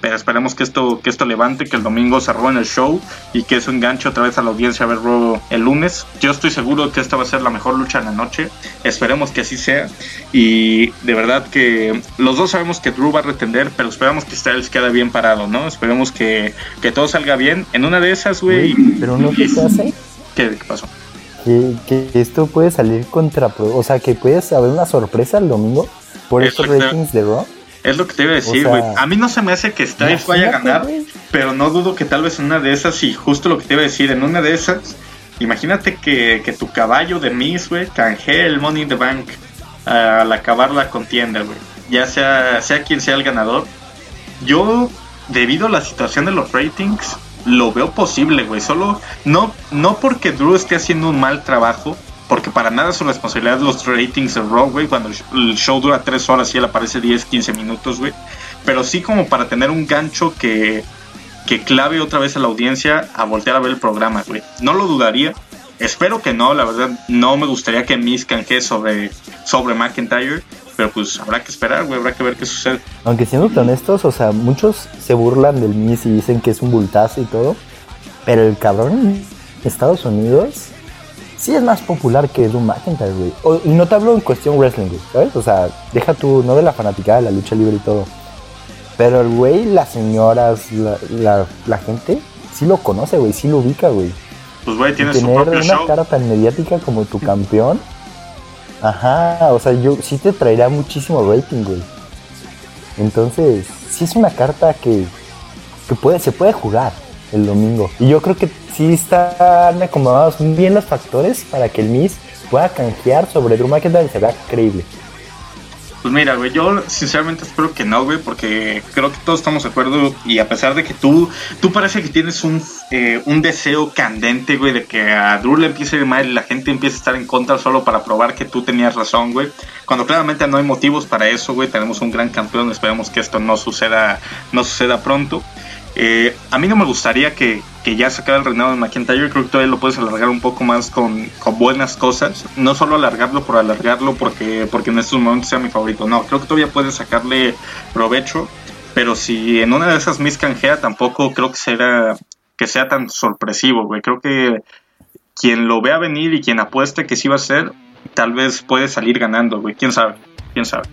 pero esperemos que esto que esto levante, que el domingo se roben el show y que eso enganche otra vez a la audiencia a ver Raw el lunes. Yo estoy seguro que esta va a ser la mejor lucha de la noche, esperemos que así sea, y de verdad que los dos sabemos que Drew va a retender, pero esperamos que Styles quede bien parado, ¿no? Esperemos que, que todo salga bien. En una de esas, güey... Pero no se hace. ¿Qué, ¿Qué pasó? Que, que esto puede salir contra... O sea, que puedes haber una sorpresa el domingo por estos ratings te, de Raw. Es lo que te iba a decir, güey. O sea, a mí no se me hace que Styles vaya a ganar, wey. Pero no dudo que tal vez en una de esas, y justo lo que te iba a decir, en una de esas, imagínate que, que tu caballo de Miz, güey, canjee el Money in the Bank uh, al acabar la contienda, güey. Ya sea, sea quien sea el ganador. Yo, debido a la situación de los ratings... lo veo posible, güey. Solo no, no porque Drew esté haciendo un mal trabajo, porque para nada es su responsabilidad los ratings de Raw, güey. Cuando el show dura tres horas y él aparece diez, quince minutos, güey. Pero sí como para tener un gancho que, que clave otra vez a la audiencia a voltear a ver el programa, güey. No lo dudaría. Espero que no, la verdad. No me gustaría que Miz canjee sobre, sobre McIntyre. Pero pues habrá que esperar, güey, habrá que ver qué sucede. Aunque siendo honestos, o sea, muchos se burlan del Miz y dicen que es un bultazo y todo. Pero el cabrón en Estados Unidos sí es más popular que Drew McIntyre, güey. O, y no te hablo en cuestión wrestling, güey, ¿sabes? O sea, deja tú, no de la fanaticada de la lucha libre y todo. Pero el güey, las señoras, la, la, la gente, sí lo conoce, güey, sí lo ubica, güey. Pues güey, tiene su propio show. Tener una cara tan mediática como tu campeón... Ajá, o sea, yo sí te traerá muchísimo rating, güey. Entonces, sí es una carta que, que puede, se puede jugar el domingo. Y yo creo que sí están acomodados bien los factores para que el Miz pueda canjear sobre Drew McIntyre y se vea creíble. Pues mira, güey, yo sinceramente espero que no, güey, porque creo que todos estamos de acuerdo, y a pesar de que tú, tú parece que tienes un, eh, un deseo candente, güey, de que a Drew le empiece a ir mal y la gente empiece a estar en contra solo para probar que tú tenías razón, güey, cuando claramente no hay motivos para eso, güey. Tenemos un gran campeón, esperemos que esto no suceda, no suceda pronto. Eh, a mí no me gustaría que, que ya se acabe el reinado de McIntyre. Creo que todavía lo puedes alargar un poco más con, con buenas cosas. No solo alargarlo por alargarlo porque, porque en estos momentos sea mi favorito. No, creo que todavía puedes sacarle provecho. Pero si en una de esas Miz canjea, tampoco creo que sea, que sea tan sorpresivo, güey. Creo que quien lo vea venir y quien apueste que sí va a ser, tal vez puede salir ganando, güey. ¿Quién sabe? ¿Quién sabe?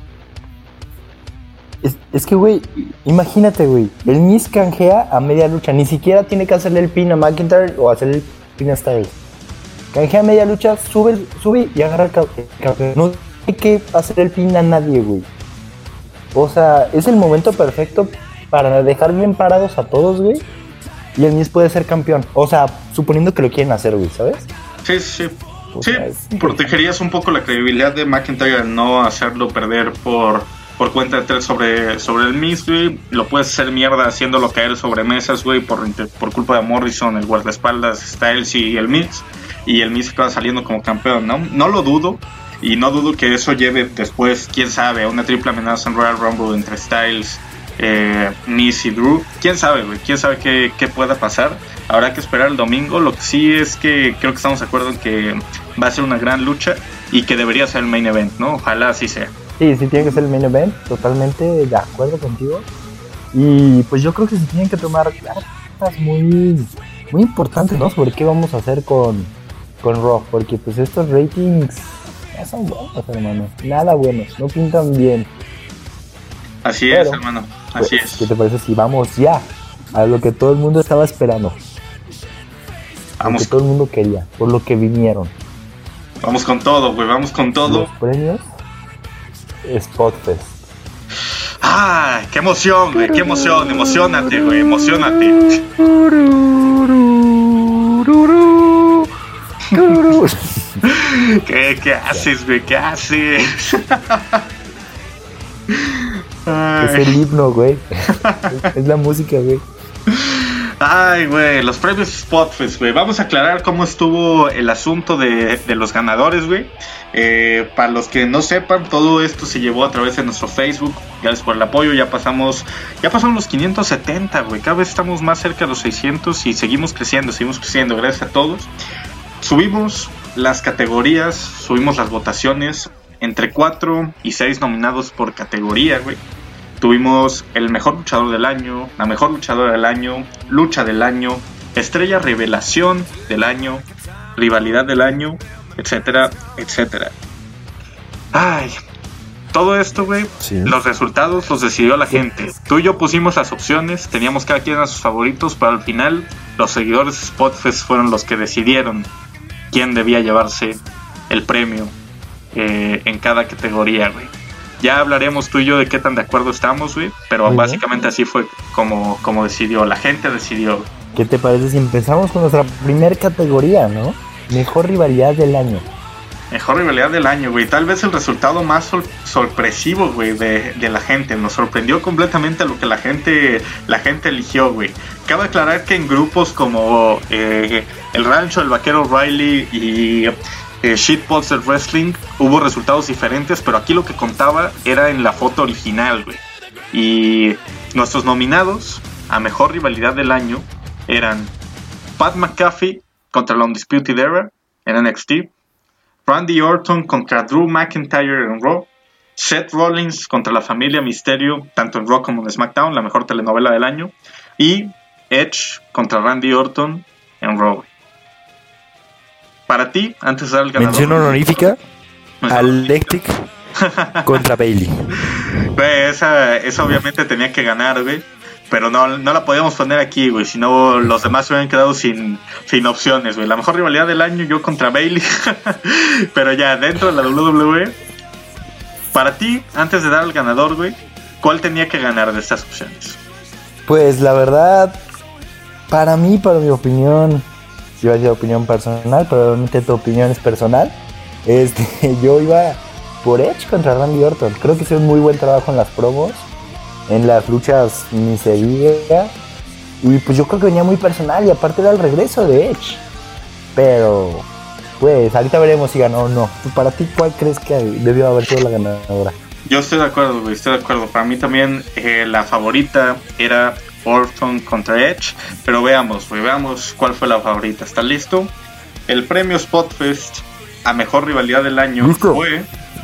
Es, es que, güey, imagínate, güey, el Miz canjea a media lucha, ni siquiera tiene que hacerle el pin a McIntyre o hacerle el pin a Styles. Canjea a media lucha, sube, sube y agarra el campeón. No tiene que hacer el pin a nadie, güey. O sea, es el momento perfecto para dejar bien parados a todos, güey. Y el Miz puede ser campeón. O sea, suponiendo que lo quieren hacer, güey, ¿sabes? Sí, sí. O sí, sea, protegerías un poco la credibilidad de McIntyre al no hacerlo perder por... por cuenta de tres sobre, sobre el Miz, güey. Lo puedes hacer mierda haciéndolo caer sobre mesas, güey, por, por culpa de Morrison, el guardaespaldas, Styles y el Miz. Y el Miz acaba saliendo como campeón, ¿no? No lo dudo. Y no dudo que eso lleve después, quién sabe, a una triple amenaza en Royal Rumble entre Styles, eh, Miz y Drew. Quién sabe, güey. Quién sabe qué, qué pueda pasar. Habrá que esperar el domingo. Lo que sí es que creo que estamos de acuerdo en que va a ser una gran lucha y que debería ser el main event, ¿no? Ojalá así sea. Sí, sí tiene que ser el main event, totalmente de acuerdo contigo. Y pues yo creo que se tienen que tomar cartas muy, muy importantes, ¿no? Sobre qué vamos a hacer con, con Raw, porque pues estos ratings no son buenos, hermano. Nada buenos, no pintan bien. Así Pero, es, hermano, así pues, es. ¿Qué te parece si vamos ya a lo que todo el mundo estaba esperando? Vamos. Lo que todo el mundo quería, por lo que vinieron. Vamos con todo, güey, vamos con todo. Los premios Spotfest. ¡Ah! ¡Qué emoción, güey! ¡Qué emoción! ¡Emocionate, güey! ¡Emocionate! ¿Qué, qué haces, güey? ¿Qué haces? Es el himno, güey. Es, es la música, güey. Ay, güey, los premios Spotfest, güey. Vamos a aclarar cómo estuvo el asunto de, de los ganadores, güey. Eh, para los que no sepan, todo esto se llevó a través de nuestro Facebook. Gracias por el apoyo. Ya pasamos, ya pasamos los quinientos setenta, güey. Cada vez estamos más cerca de los seiscientos y seguimos creciendo, seguimos creciendo. Gracias a todos. Subimos las categorías, subimos las votaciones. Entre cuatro y seis nominados por categoría, güey. tuvimos el mejor luchador del año, la mejor luchadora del año, lucha del año, estrella revelación del año, rivalidad del año, etcétera, etcétera. Ay, todo esto, güey, sí. Los resultados los decidió la gente. Tú y yo pusimos las opciones, teníamos cada quien a sus favoritos, pero al final los seguidores de Spotfest fueron los que decidieron quién debía llevarse el premio eh, en cada categoría, güey. Ya hablaremos tú y yo de qué tan de acuerdo estamos, güey, pero Muy básicamente bien. Así fue como, como decidió, la gente decidió. ¿Qué te parece si empezamos con nuestra primer categoría, no? Mejor rivalidad del año. Mejor rivalidad del año, güey. Tal vez el resultado más sol- sorpresivo, güey, de, de la gente. Nos sorprendió completamente lo que la gente la gente eligió, güey. Cabe aclarar que en grupos como eh, El Rancho, El Vaquero Riley y eh, Shitpots del Wrestling hubo resultados diferentes, pero aquí lo que contaba era en la foto original, güey. Y nuestros nominados a Mejor Rivalidad del Año eran Pat McAfee contra la Undisputed Era en N X T, Randy Orton contra Drew McIntyre en Raw, Seth Rollins contra la familia Mysterio, tanto en Raw como en SmackDown, la mejor telenovela del año, y Edge contra Randy Orton en Raw. Para ti, antes de dar el ganador... Mención honorífica a Electric contra Bayley. Güey, esa, esa obviamente tenía que ganar, güey. Pero no, no la podíamos poner aquí, güey. Si no, los demás se hubieran quedado sin, sin opciones, güey. La mejor rivalidad del año, yo contra Bayley. Pero ya, dentro de la W W E, para ti, antes de dar al ganador, güey, ¿cuál tenía que ganar de estas opciones? Pues la verdad, para mí, para mi opinión, yo iba a decir opinión personal, pero realmente tu opinión es personal. Este, yo iba por Edge contra Randy Orton. Creo que hizo un muy buen trabajo en las promos. En las luchas ni se diga. Y pues yo creo que venía muy personal. Y aparte era el regreso de Edge. Pero pues ahorita veremos si ganó o no. Para ti, ¿cuál crees que debió haber sido la ganadora? Yo estoy de acuerdo, güey, estoy de acuerdo. Para mí también eh, la favorita era Orton contra Edge. Pero veamos, güey, veamos cuál fue la favorita. ¿Está listo? El premio Spotfest a Mejor Rivalidad del Año ¿Listo? Fue...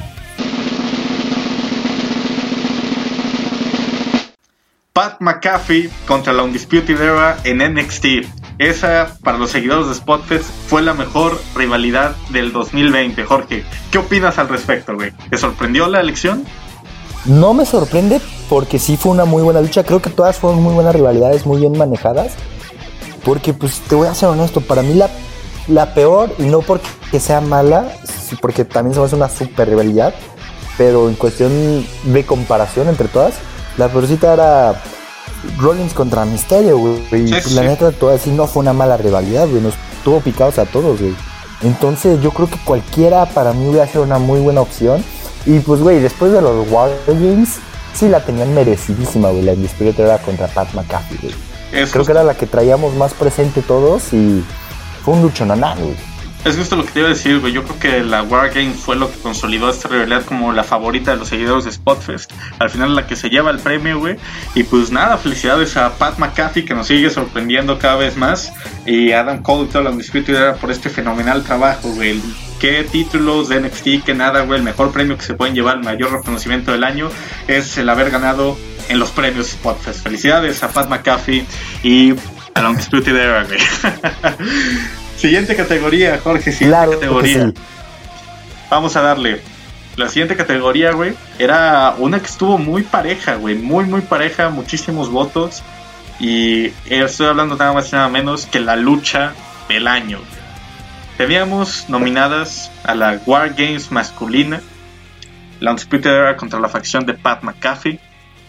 Pat McAfee contra la Undisputed Era en N X T. Esa, para los seguidores de Spotfest, fue la mejor rivalidad del dos mil veinte. Jorge, ¿qué opinas al respecto, güey? ¿Te sorprendió la elección? No me sorprende porque sí fue una muy buena lucha. Creo que todas fueron muy buenas rivalidades, muy bien manejadas. Porque, pues, te voy a ser honesto, para mí la, la peor, y no porque sea mala, porque también se me hace una super rivalidad, pero en cuestión de comparación entre todas, la peorcita era Rollins contra Mysterio, güey. Y sí, la sí. neta, todo así no fue una mala rivalidad, güey. Nos tuvo picados a todos, güey. Entonces, yo creo que cualquiera para mí hubiera sido una muy buena opción. Y pues, güey, después de los War Games, sí la tenían merecidísima, güey. La Undisputed Era contra Pat McAfee, güey. Eso creo es... que era la que traíamos más presente todos y fue un luchonanán, güey. Es justo lo que te iba a decir, güey. Yo creo que la War Games fue lo que consolidó esta rivalidad como la favorita de los seguidores de Spotfest. Al final la que se lleva el premio, güey. Y pues nada, felicidades a Pat McAfee, que nos sigue sorprendiendo cada vez más. Y a Adam Cole y toda la Undisputed Era por este fenomenal trabajo, güey. Qué títulos de N X T, que nada, güey. El mejor premio que se pueden llevar, el mayor reconocimiento del año, es el haber ganado en los premios Spotfest. Felicidades a Pat McAfee y a la Undisputed Era, güey. Siguiente categoría, Jorge, siguiente claro, categoría. Sí. Vamos a darle. La siguiente categoría, güey, era una que estuvo muy pareja, güey. Muy, muy pareja, muchísimos votos. Y estoy hablando nada más y nada menos que la lucha del año. Teníamos nominadas a la War Games masculina, la Undisputed Era contra la facción de Pat McAfee.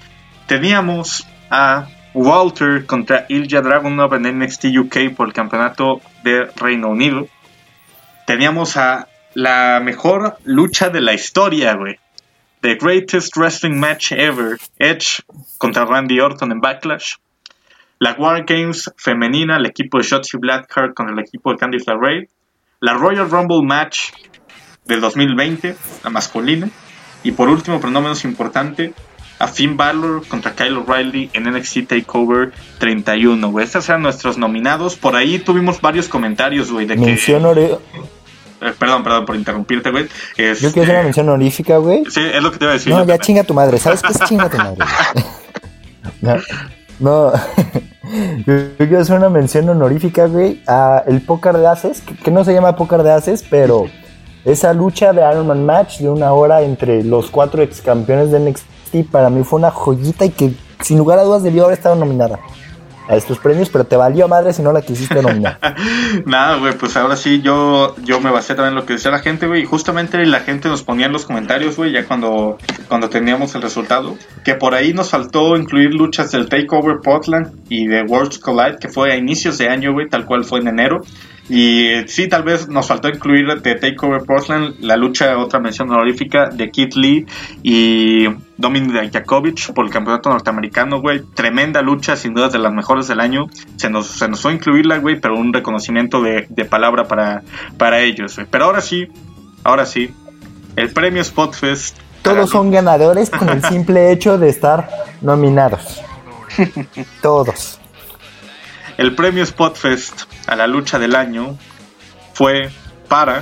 Teníamos a Walter contra Ilja Dragunov en N X T U K por el campeonato de Reino Unido. Teníamos a la mejor lucha de la historia, güey. The Greatest Wrestling Match Ever, Edge contra Randy Orton en Backlash. La War Games femenina, el equipo de Shotzi Blackheart contra el equipo de Candice LeRae. La Royal Rumble Match del dos mil veinte, la masculina. Y por último, pero no menos importante, a Finn Balor contra Kyle O'Reilly en N X T TakeOver treinta y uno, güey. Estos eran nuestros nominados. Por ahí tuvimos varios comentarios, güey, de mención que... Ore... Eh, perdón, perdón por interrumpirte, güey. Este... Yo quiero hacer una mención honorífica, güey. Sí, es lo que te iba a decir. No, ya chinga tu madre. ¿Sabes qué es chinga tu madre? no, no. Yo quiero hacer una mención honorífica, güey, a el póker de ases, que, que no se llama póker de ases, pero esa lucha de Iron Man Match de una hora entre los cuatro ex campeones de N X T para mí fue una joyita y que sin lugar a dudas debió haber estado nominada a estos premios, pero te valió madre si no la quisiste nominar. Nada, güey, pues ahora sí yo yo me basé también en lo que decía la gente, güey, y justamente la gente nos ponía en los comentarios, güey, ya cuando, cuando teníamos el resultado, que por ahí nos faltó incluir luchas del TakeOver Portland y de Worlds Collide, que fue a inicios de año, güey, tal cual fue en enero. Y eh, sí, tal vez nos faltó incluir de TakeOver Portland la lucha, otra mención honorífica, de Keith Lee y Dominik Dijakovic por el campeonato norteamericano, güey. Tremenda lucha, sin duda de las mejores del año. Se nos, se nos fue a incluirla, güey, pero un reconocimiento de, de palabra para, para ellos, güey. Pero ahora sí, ahora sí, el premio Spotfest. Todos son ganadores con el simple hecho de estar nominados. Todos. El premio Spotfest a la lucha del año fue para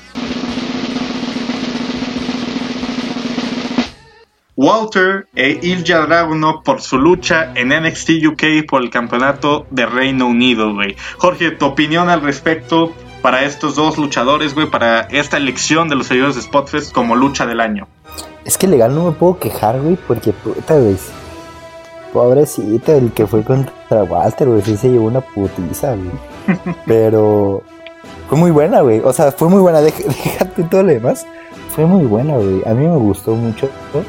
Walter e Ilja Dragunov por su lucha en N X T U K por el campeonato de Reino Unido, güey. Jorge, tu opinión al respecto para estos dos luchadores, güey, para esta elección de los seguidores de Spotfest como lucha del año. Es que legal no me puedo quejar, güey, porque puta, güey. Pobrecito, el que fue contra Walter, güey, sí se llevó una putiza, güey. Pero fue muy buena, güey. O sea, fue muy buena. Dej- déjate todo lo demás. Fue muy buena, güey. A mí me gustó mucho.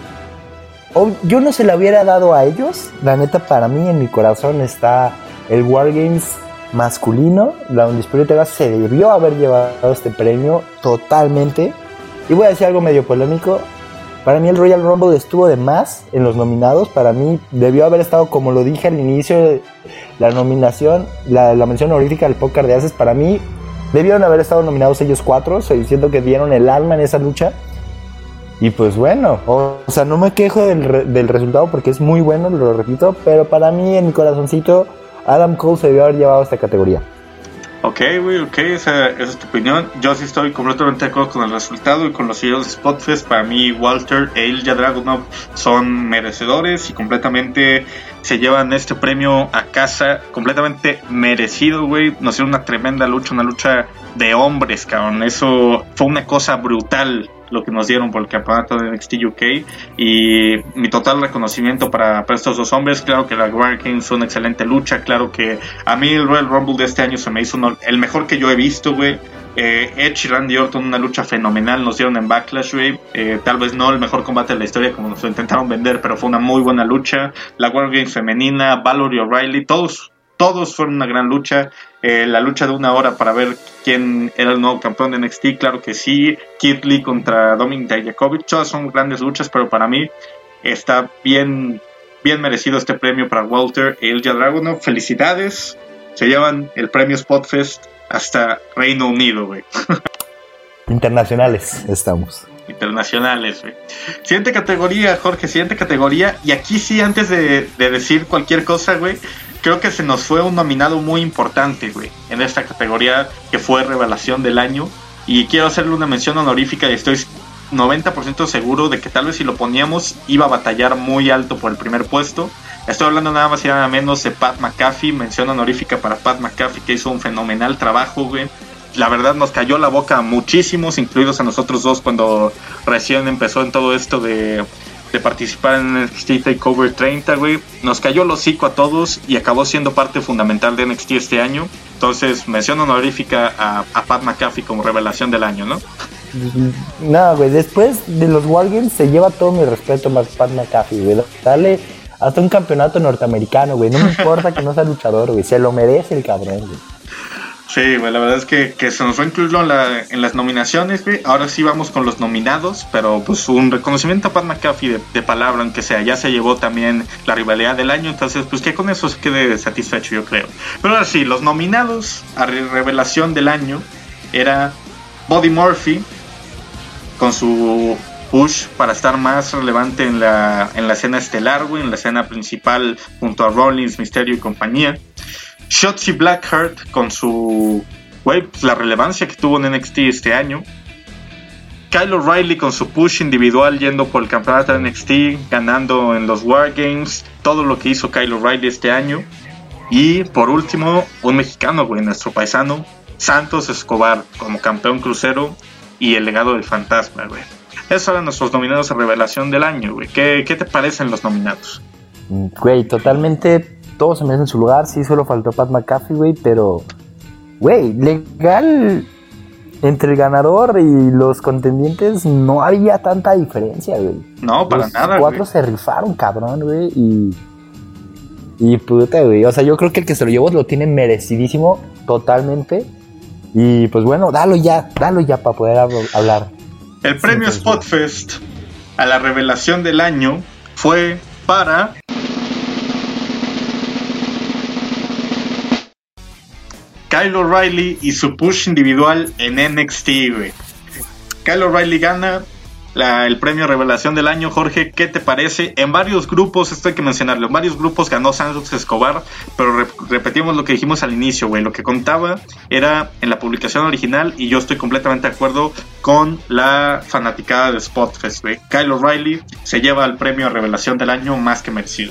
O, yo no se la hubiera dado a ellos. La neta, para mí, en mi corazón está el Wargames masculino. La Undisputed Era se debió haber llevado este premio totalmente. Y voy a decir algo medio polémico. Para mí el Royal Rumble estuvo de más en los nominados. Para mí debió haber estado, como lo dije al inicio, la nominación, la, la mención honorífica del póker de ases. Para mí debieron haber estado nominados ellos cuatro. Siento que dieron el alma en esa lucha. Y pues bueno, o, o sea, no me quejo del, re, del resultado porque es muy bueno, lo repito. Pero para mí, en mi corazoncito, Adam Cole se debió haber llevado esta categoría. Ok, güey, ok, esa, esa es tu opinión. Yo sí estoy completamente de acuerdo con el resultado y con los seguidores de Spotfest. Para mí, Walter e Ilja Dragunov son merecedores y completamente se llevan este premio a casa. Completamente merecido, güey. Nos dieron una tremenda lucha, una lucha de hombres, cabrón. Eso fue una cosa brutal lo que nos dieron por el campeonato de N X T U K, y mi total reconocimiento para, para estos dos hombres. Claro que la War Games fue una excelente lucha, claro que a mí el Royal Rumble de este año se me hizo uno, el mejor que yo he visto, güey. eh, Edge y Randy Orton, una lucha fenomenal, nos dieron en Backlash, güey. Eh, tal vez no el mejor combate de la historia como nos lo intentaron vender, pero fue una muy buena lucha. La War Games femenina, Valor y O'Reilly, todos Todos fueron una gran lucha. Eh, la lucha de una hora para ver quién era el nuevo campeón de N X T, claro que sí. Keith Lee contra Dominik Dijakovic, todas son grandes luchas, pero para mí está bien, bien merecido este premio para Walter e Ilja Dragunov. Felicidades, se llevan el premio Spotfest hasta Reino Unido, güey. Internacionales estamos. Internacionales, güey. Siguiente categoría, Jorge, siguiente categoría. Y aquí sí, antes de, de decir cualquier cosa, güey, creo que se nos fue un nominado muy importante, güey, en esta categoría, que fue Revelación del Año. Y quiero hacerle una mención honorífica y estoy noventa por ciento seguro de que tal vez si lo poníamos iba a batallar muy alto por el primer puesto. Estoy hablando nada más y nada menos de Pat McAfee. Mención honorífica para Pat McAfee, que hizo un fenomenal trabajo, güey. La verdad nos cayó la boca a muchísimos, incluidos a nosotros dos, cuando recién empezó en todo esto de, de participar en N X T TakeOver treinta, güey. Nos cayó el hocico a todos y acabó siendo parte fundamental de N X T este año. Entonces, mención honorífica a, a Pat McAfee como revelación del año, ¿no? No, güey, después de los Wargames se lleva todo mi respeto más Pat McAfee, güey. Dale hasta un campeonato norteamericano, güey. No me importa que no sea luchador, güey. Se lo merece el cabrón, güey. Sí, güey, la verdad es que, que se nos fue a incluirlo en, la, en las nominaciones, güey. Ahora sí vamos con los nominados, pero pues un reconocimiento a Pat McAfee de, de palabra, aunque sea. Ya se llevó también la rivalidad del año, entonces pues que con eso se quede satisfecho, yo creo. Pero ahora sí, los nominados a revelación del año era Buddy Murphy, con su push para estar más relevante en la, en la escena estelar, güey, en la escena principal junto a Rollins, Mysterio y compañía. Shotzi Blackheart con su güey, pues la relevancia que tuvo en N X T este año. Kyle O'Reilly con su push individual yendo por el campeonato de N X T, ganando en los War Games, todo lo que hizo Kyle O'Reilly este año. Y por último, un mexicano, güey, nuestro paisano, Santos Escobar, como campeón crucero y el legado del fantasma, güey. Esos eran nuestros nominados a revelación del año, güey. ¿Qué, qué te parecen los nominados? Güey, totalmente, todos se merecen su lugar. Sí, solo faltó Pat McAfee, güey, pero, güey, legal... Entre el ganador y los contendientes no había tanta diferencia, güey. No, para los nada, Los cuatro güey. se rifaron, cabrón, güey, y... Y puta, güey, o sea, yo creo que el que se lo llevó lo tiene merecidísimo, totalmente. Y pues bueno, dalo ya, dalo ya para poder hab- hablar. El premio Sí, Spotfest a la revelación del año fue para... Kyle O'Reilly y su push individual en N X T, güey. Kyle O'Reilly gana la, el premio Revelación del Año. Jorge, ¿qué te parece? En varios grupos, esto hay que mencionarlo, en varios grupos ganó Santos Escobar, pero re- repetimos lo que dijimos al inicio, güey. Lo que contaba era en la publicación original, y yo estoy completamente de acuerdo con la fanaticada de Spotfest, güey. Kyle O'Reilly se lleva el premio Revelación del Año más que merecido.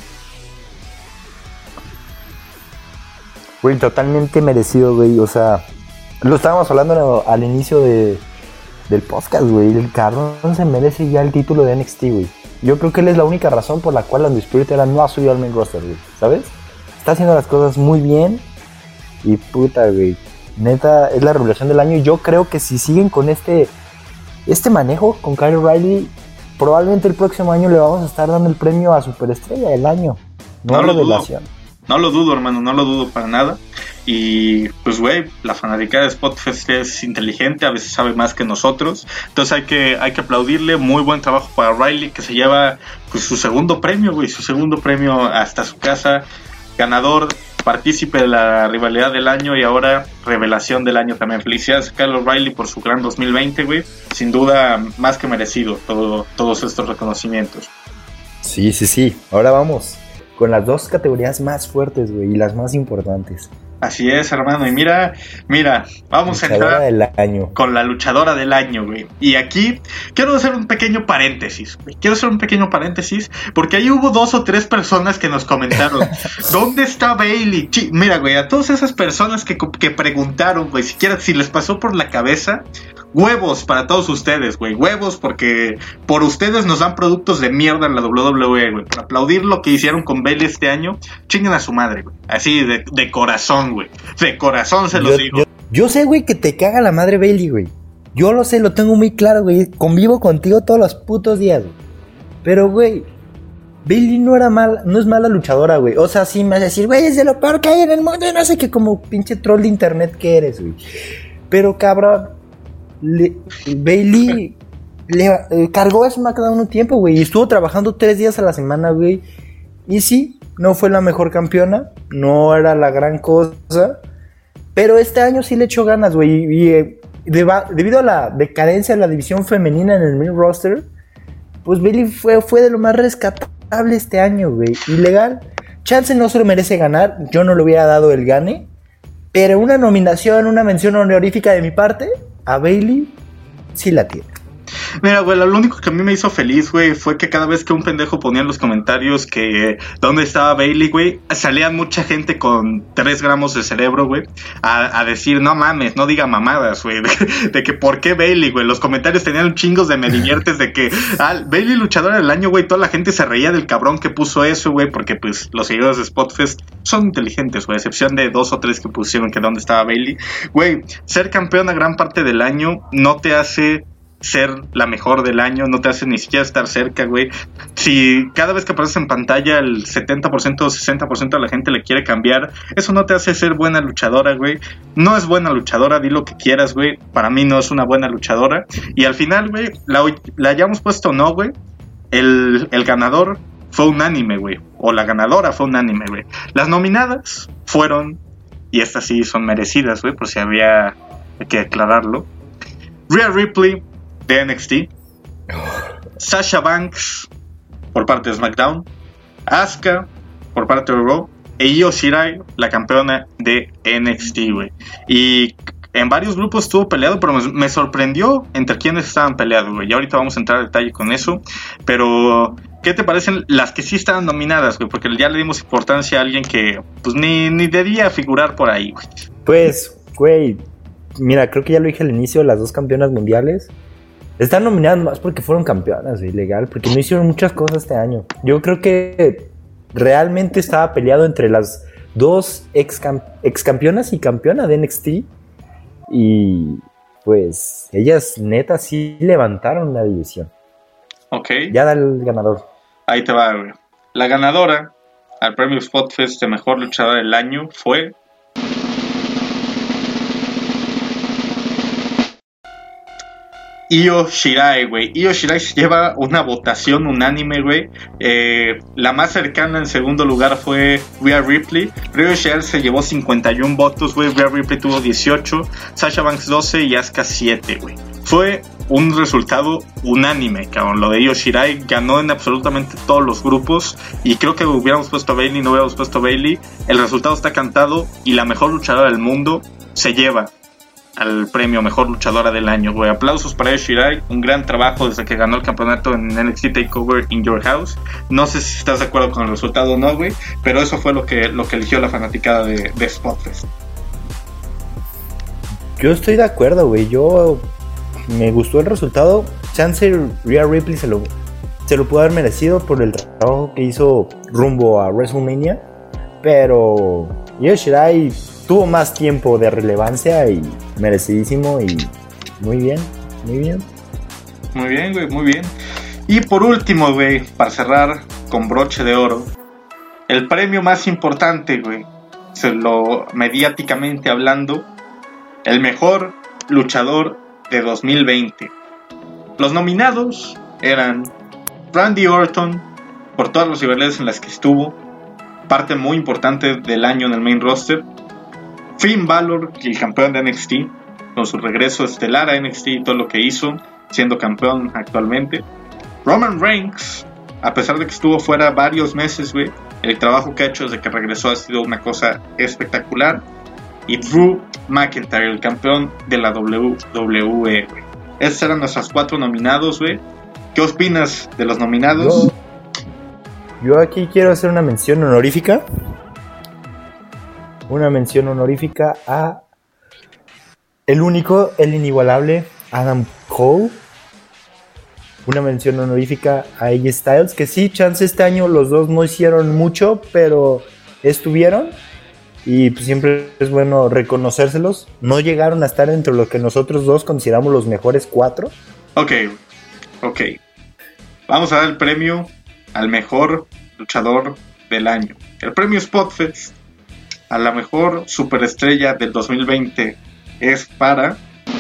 Güey, totalmente merecido, güey, o sea, lo estábamos hablando al inicio de, del podcast, güey, el cabrón se merece ya el título de N X T, güey. Yo creo que él es la única razón por la cual Undisputed Era no ha subido al main roster, güey, ¿sabes? Está haciendo las cosas muy bien y puta, güey, neta, es la revelación del año. Yo creo que si siguen con este, este manejo con Kyle O'Reilly, probablemente el próximo año le vamos a estar dando el premio a Superestrella del año, no, No a lo dudo. revelación. No lo dudo, hermano, no lo dudo para nada. Y pues, güey, la fanática de Spotfest es inteligente, a veces sabe más que nosotros. Entonces hay que, hay que aplaudirle. Muy buen trabajo para Riley, que se lleva pues su segundo premio, güey, su segundo premio hasta su casa. Ganador, partícipe de la rivalidad del año y ahora revelación del año también. Felicidades a Kyle O'Reilly por su gran dos mil veinte, güey. Sin duda, más que merecido todo, todos estos reconocimientos. Sí, sí, sí. Ahora vamos con las dos categorías más fuertes, güey, y las más importantes. Así es, hermano. Y mira, mira, vamos luchadora a entrar del año. con la luchadora del año, güey. Y aquí quiero hacer un pequeño paréntesis, güey. Quiero hacer un pequeño paréntesis porque ahí hubo dos o tres personas que nos comentaron, ¿dónde está Bayley? Ch- mira, güey, a todas esas personas que, que preguntaron, güey, siquiera si les pasó por la cabeza, huevos para todos ustedes, güey. Huevos porque por ustedes nos dan productos de mierda en la doble u doble u E, güey. Por aplaudir lo que hicieron con Bayley este año, chinguen a su madre, güey. Así de, de corazón, güey. De corazón se los Yo, digo. yo, yo sé, güey, que te caga la madre Bayley, güey. Yo lo sé, lo tengo muy claro, güey. Convivo contigo todos los putos días, güey. Pero, güey, Bayley no era mal, no es mala luchadora, güey. O sea, sí me vas a decir, güey, es de lo peor que hay en el mundo. Y no sé qué, como pinche troll de internet que eres, güey. Pero, cabrón, le, Bayley le eh, cargó a SmackDown un tiempo, güey. Y estuvo trabajando tres días a la semana, güey. Y sí, no fue la mejor campeona. No era la gran cosa. Pero este año sí le echó ganas, güey. Y eh, deba, debido a la decadencia de la división femenina en el main roster, pues Bayley fue, fue de lo más rescatable este año, güey. Ilegal. Chance no se lo merece ganar. Yo no le hubiera dado el gane. Pero una nominación, una mención honorífica de mi parte, a Bayley sí la tiene. Mira, güey, lo único que a mí me hizo feliz, güey, fue que cada vez que un pendejo ponía en los comentarios que dónde estaba Bayley, güey, salía mucha gente con tres gramos de cerebro, güey, a, a decir, no mames, no diga mamadas, güey, de, de que por qué Bayley, güey. Los comentarios tenían chingos de me diviertes de que, ah, Bayley luchadora del año, güey, toda la gente se reía del cabrón que puso eso, güey, porque pues los seguidores de Spotfest son inteligentes, güey, a excepción de dos o tres que pusieron que dónde estaba Bayley. Güey, ser campeona gran parte del año no te hace ser la mejor del año, no te hace ni siquiera estar cerca, güey. Si cada vez que apareces en pantalla el setenta por ciento o sesenta por ciento de la gente le quiere cambiar, eso no te hace ser buena luchadora, güey. No es buena luchadora, di lo que quieras, güey. Para mí no es una buena luchadora. Y al final, güey, la, la hayamos puesto o no, güey, el, el ganador fue unánime, güey. O la ganadora fue unánime, güey. Las nominadas fueron, y estas sí son merecidas, güey, por si había que aclararlo, Rhea Ripley de N X T, Sasha Banks por parte de SmackDown, Asuka por parte de Raw e Io Shirai, la campeona de N X T, güey. Y en varios grupos estuvo peleado, pero me, me sorprendió entre quiénes estaban peleados, güey. Y ahorita vamos a entrar a detalle con eso. Pero, ¿qué te parecen las que sí estaban nominadas, güey? Porque ya le dimos importancia a alguien que, pues, ni, ni debía figurar por ahí, güey. Pues, güey, mira, creo que ya lo dije al inicio, las dos campeonas mundiales están nominadas más porque fueron campeonas, güey, legal, porque no hicieron muchas cosas este año. Yo creo que realmente estaba peleado entre las dos ex, ex campeonas y campeona de N X T. Y pues ellas neta sí levantaron la división. Ok. Ya da el ganador. Ahí te va, güey. La ganadora al premio Spotfest de mejor luchadora del año fue Io Shirai, güey. Io Shirai se lleva una votación unánime, güey. Eh, la más cercana en segundo lugar fue Rhea Ripley. Io Shirai se llevó cincuenta y uno votos, güey. Rhea Ripley tuvo dieciocho. Sasha Banks doce y Asuka siete, güey. Fue un resultado unánime, cabrón. Lo de Io Shirai ganó en absolutamente todos los grupos. Y creo que hubiéramos puesto a Bayley, no hubiéramos puesto a Bayley. El resultado está cantado y la mejor luchadora del mundo se lleva al premio mejor luchadora del año, güey. Aplausos para Io Shirai, un gran trabajo desde que ganó el campeonato en N X T TakeOver in Your House. No sé si estás de acuerdo con el resultado o no, güey, pero eso fue lo que, lo que eligió la fanaticada de, de Spotfest. Yo estoy de acuerdo, güey. Yo me gustó el resultado. Chance Rhea Ripley se lo, se lo pudo haber merecido por el trabajo que hizo rumbo a WrestleMania, pero Io Shirai tuvo más tiempo de relevancia y merecidísimo y muy bien, muy bien. Muy bien, güey, muy bien. Y por último, güey, para cerrar con broche de oro, el premio más importante, güey, se lo mediáticamente hablando, el mejor luchador de dos mil veinte. Los nominados eran Randy Orton, por todas las rivalidades en las que estuvo, parte muy importante del año en el main roster. Finn Balor, el campeón de N X T, con su regreso estelar a N X T y todo lo que hizo, siendo campeón actualmente. Roman Reigns, a pesar de que estuvo fuera varios meses, güey, el trabajo que ha hecho desde que regresó ha sido una cosa espectacular. Y Drew McIntyre, el campeón de la W W E, güey. Esos eran nuestros cuatro nominados, güey. ¿Qué opinas de los nominados? Yo, yo aquí quiero hacer una mención honorífica. Una mención honorífica a el único, el inigualable Adam Cole. Una mención honorífica a A J Styles, que sí, chance este año los dos no hicieron mucho, pero estuvieron. Y pues siempre es bueno reconocérselos. No llegaron a estar entre lo que nosotros dos consideramos los mejores cuatro. Ok, ok. Vamos a dar el premio al mejor luchador del año. El premio Spotfest a la mejor superestrella del dos mil veinte es para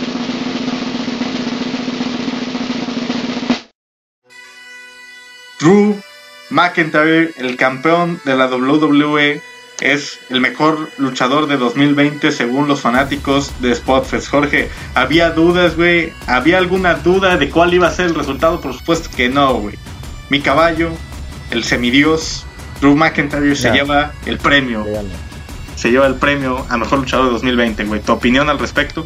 Drew McIntyre, el campeón de la W W E. Es el mejor luchador de dos mil veinte según los fanáticos de Spotfest. Jorge, ¿había dudas, güey? ¿Había alguna duda de cuál iba a ser el resultado? Por supuesto que no, güey. Mi caballo, el semidios, Drew McIntyre no. se lleva el premio. Legal. Se lleva el premio a mejor luchador de dos mil veinte, güey. ¿Tu opinión al respecto?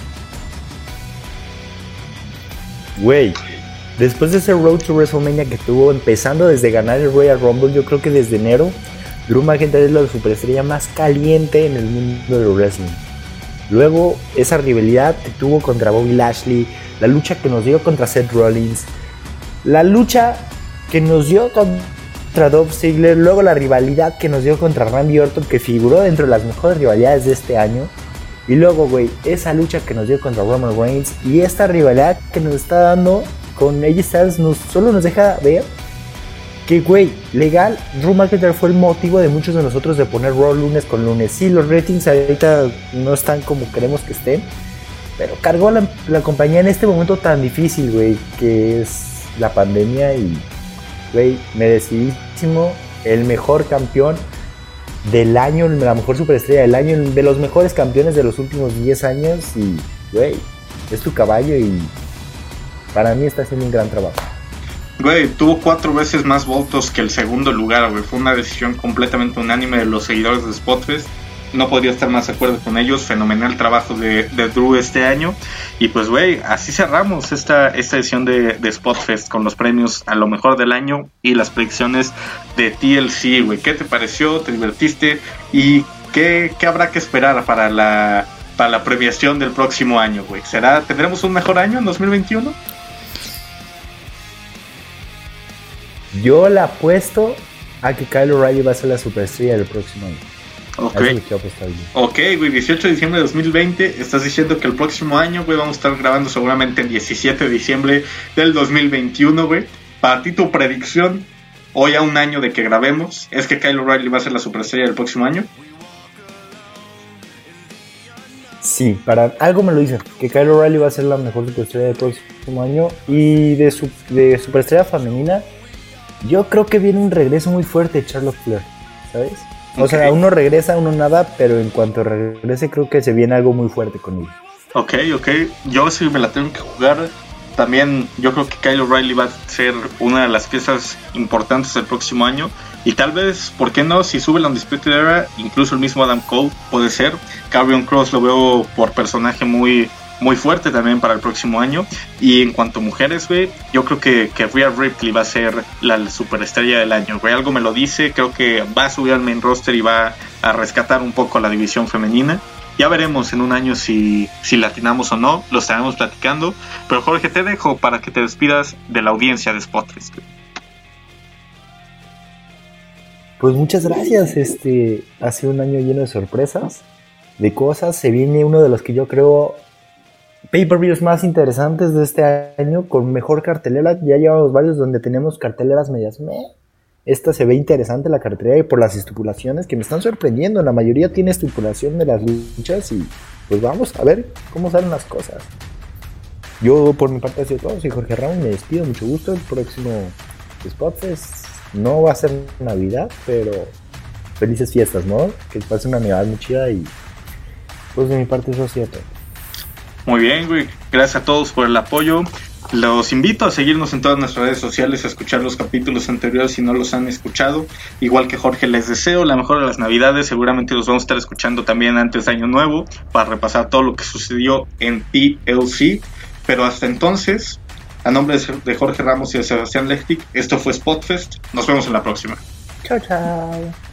Güey, después de ese Road to WrestleMania que tuvo, empezando desde ganar el Royal Rumble, yo creo que desde enero, Drew McIntyre es la superestrella más caliente en el mundo del wrestling. Luego, esa rivalidad que tuvo contra Bobby Lashley, la lucha que nos dio contra Seth Rollins, la lucha que nos dio contra Dolph Ziggler, luego la rivalidad que nos dio contra Randy Orton, que figuró dentro de las mejores rivalidades de este año, y luego, güey, esa lucha que nos dio contra Roman Reigns, y esta rivalidad que nos está dando con A J Styles, nos, solo nos deja ver que, güey, legal, Drew McIntyre fue el motivo de muchos de nosotros de poner Raw lunes con lunes. Sí, los ratings ahorita no están como queremos que estén, pero cargó la, la compañía en este momento tan difícil, güey, que es la pandemia. Y, güey, merecidísimo, el mejor campeón del año, la mejor superestrella del año, de los mejores campeones de los últimos diez años. Y, güey, es tu caballo y para mí está haciendo un gran trabajo. Güey, tuvo cuatro veces más votos que el segundo lugar, güey. Fue una decisión completamente unánime de los seguidores de Spotfest. no podría estar más de acuerdo con ellos. Fenomenal trabajo de, de Drew este año. Y pues, güey, así cerramos esta, esta edición de, de Spotfest con los premios a lo mejor del año y las predicciones de T L C, güey. ¿Qué te pareció? ¿Te divertiste? ¿Y qué, qué habrá que esperar para la, para la premiación del próximo año, güey? ¿Será, tendremos un mejor año en dos mil veintiuno? Yo la apuesto a que Kyle O'Reilly va a ser la superestrella del próximo año. Ok, ok, güey, dieciocho de diciembre de dos mil veinte. Estás diciendo que el próximo año, güey, vamos a estar grabando seguramente el diecisiete de diciembre del dos mil veintiuno, güey. Para ti, tu predicción, hoy a un año de que grabemos, ¿es que Kyle O'Reilly va a ser la superestrella del próximo año? Sí, para algo me lo dice, que Kyle O'Reilly va a ser la mejor superestrella del próximo año. Y de, su, de superestrella femenina, yo creo que viene un regreso muy fuerte de Charlotte Flair, ¿sabes? O okay. sea, uno regresa, uno nada, pero en cuanto regrese creo que se viene algo muy fuerte con él. Ok, ok. Yo sí me la tengo que jugar. También yo creo que Kyle O'Reilly va a ser una de las piezas importantes del próximo año. Y tal vez, ¿por qué no? Si sube la Undisputed Era, incluso el mismo Adam Cole puede ser. Karrion Kross lo veo por personaje muy... muy fuerte también para el próximo año. Y en cuanto a mujeres, güey, yo creo que, que Rhea Ripley va a ser la superestrella del año, güey. Algo me lo dice, creo que va a subir al main roster y va a rescatar un poco la división femenina. Ya veremos en un año si, si latinamos o no, lo estaremos platicando. Pero Jorge, te dejo para que te despidas de la audiencia de Spotfest. Pues muchas gracias, este ha sido un año lleno de sorpresas, de cosas. Se viene uno de los que yo creo pay-per-views más interesantes de este año, con mejor cartelera. Ya llevamos varios donde tenemos carteleras medias meh. Esta se ve interesante la cartelera, y por las estipulaciones que me están sorprendiendo. La mayoría tiene estipulación de las luchas y pues vamos a ver cómo salen las cosas. Yo por mi parte ha sido todo. Soy Jorge Ramos, me despido, mucho gusto. El próximo Spotfest no va a ser Navidad, pero felices fiestas, ¿no? Que pase una Navidad muy chida y pues de mi parte eso ha sido todo. Muy bien, güey. Gracias a todos por el apoyo. Los invito a seguirnos en todas nuestras redes sociales, a escuchar los capítulos anteriores si no los han escuchado. Igual que Jorge, les deseo la mejor de las Navidades. Seguramente los vamos a estar escuchando también antes de Año Nuevo para repasar todo lo que sucedió en T L C. Pero hasta entonces, a nombre de Jorge Ramos y de Sebastián Lechtig, esto fue Spotfest. Nos vemos en la próxima. Chao, chao.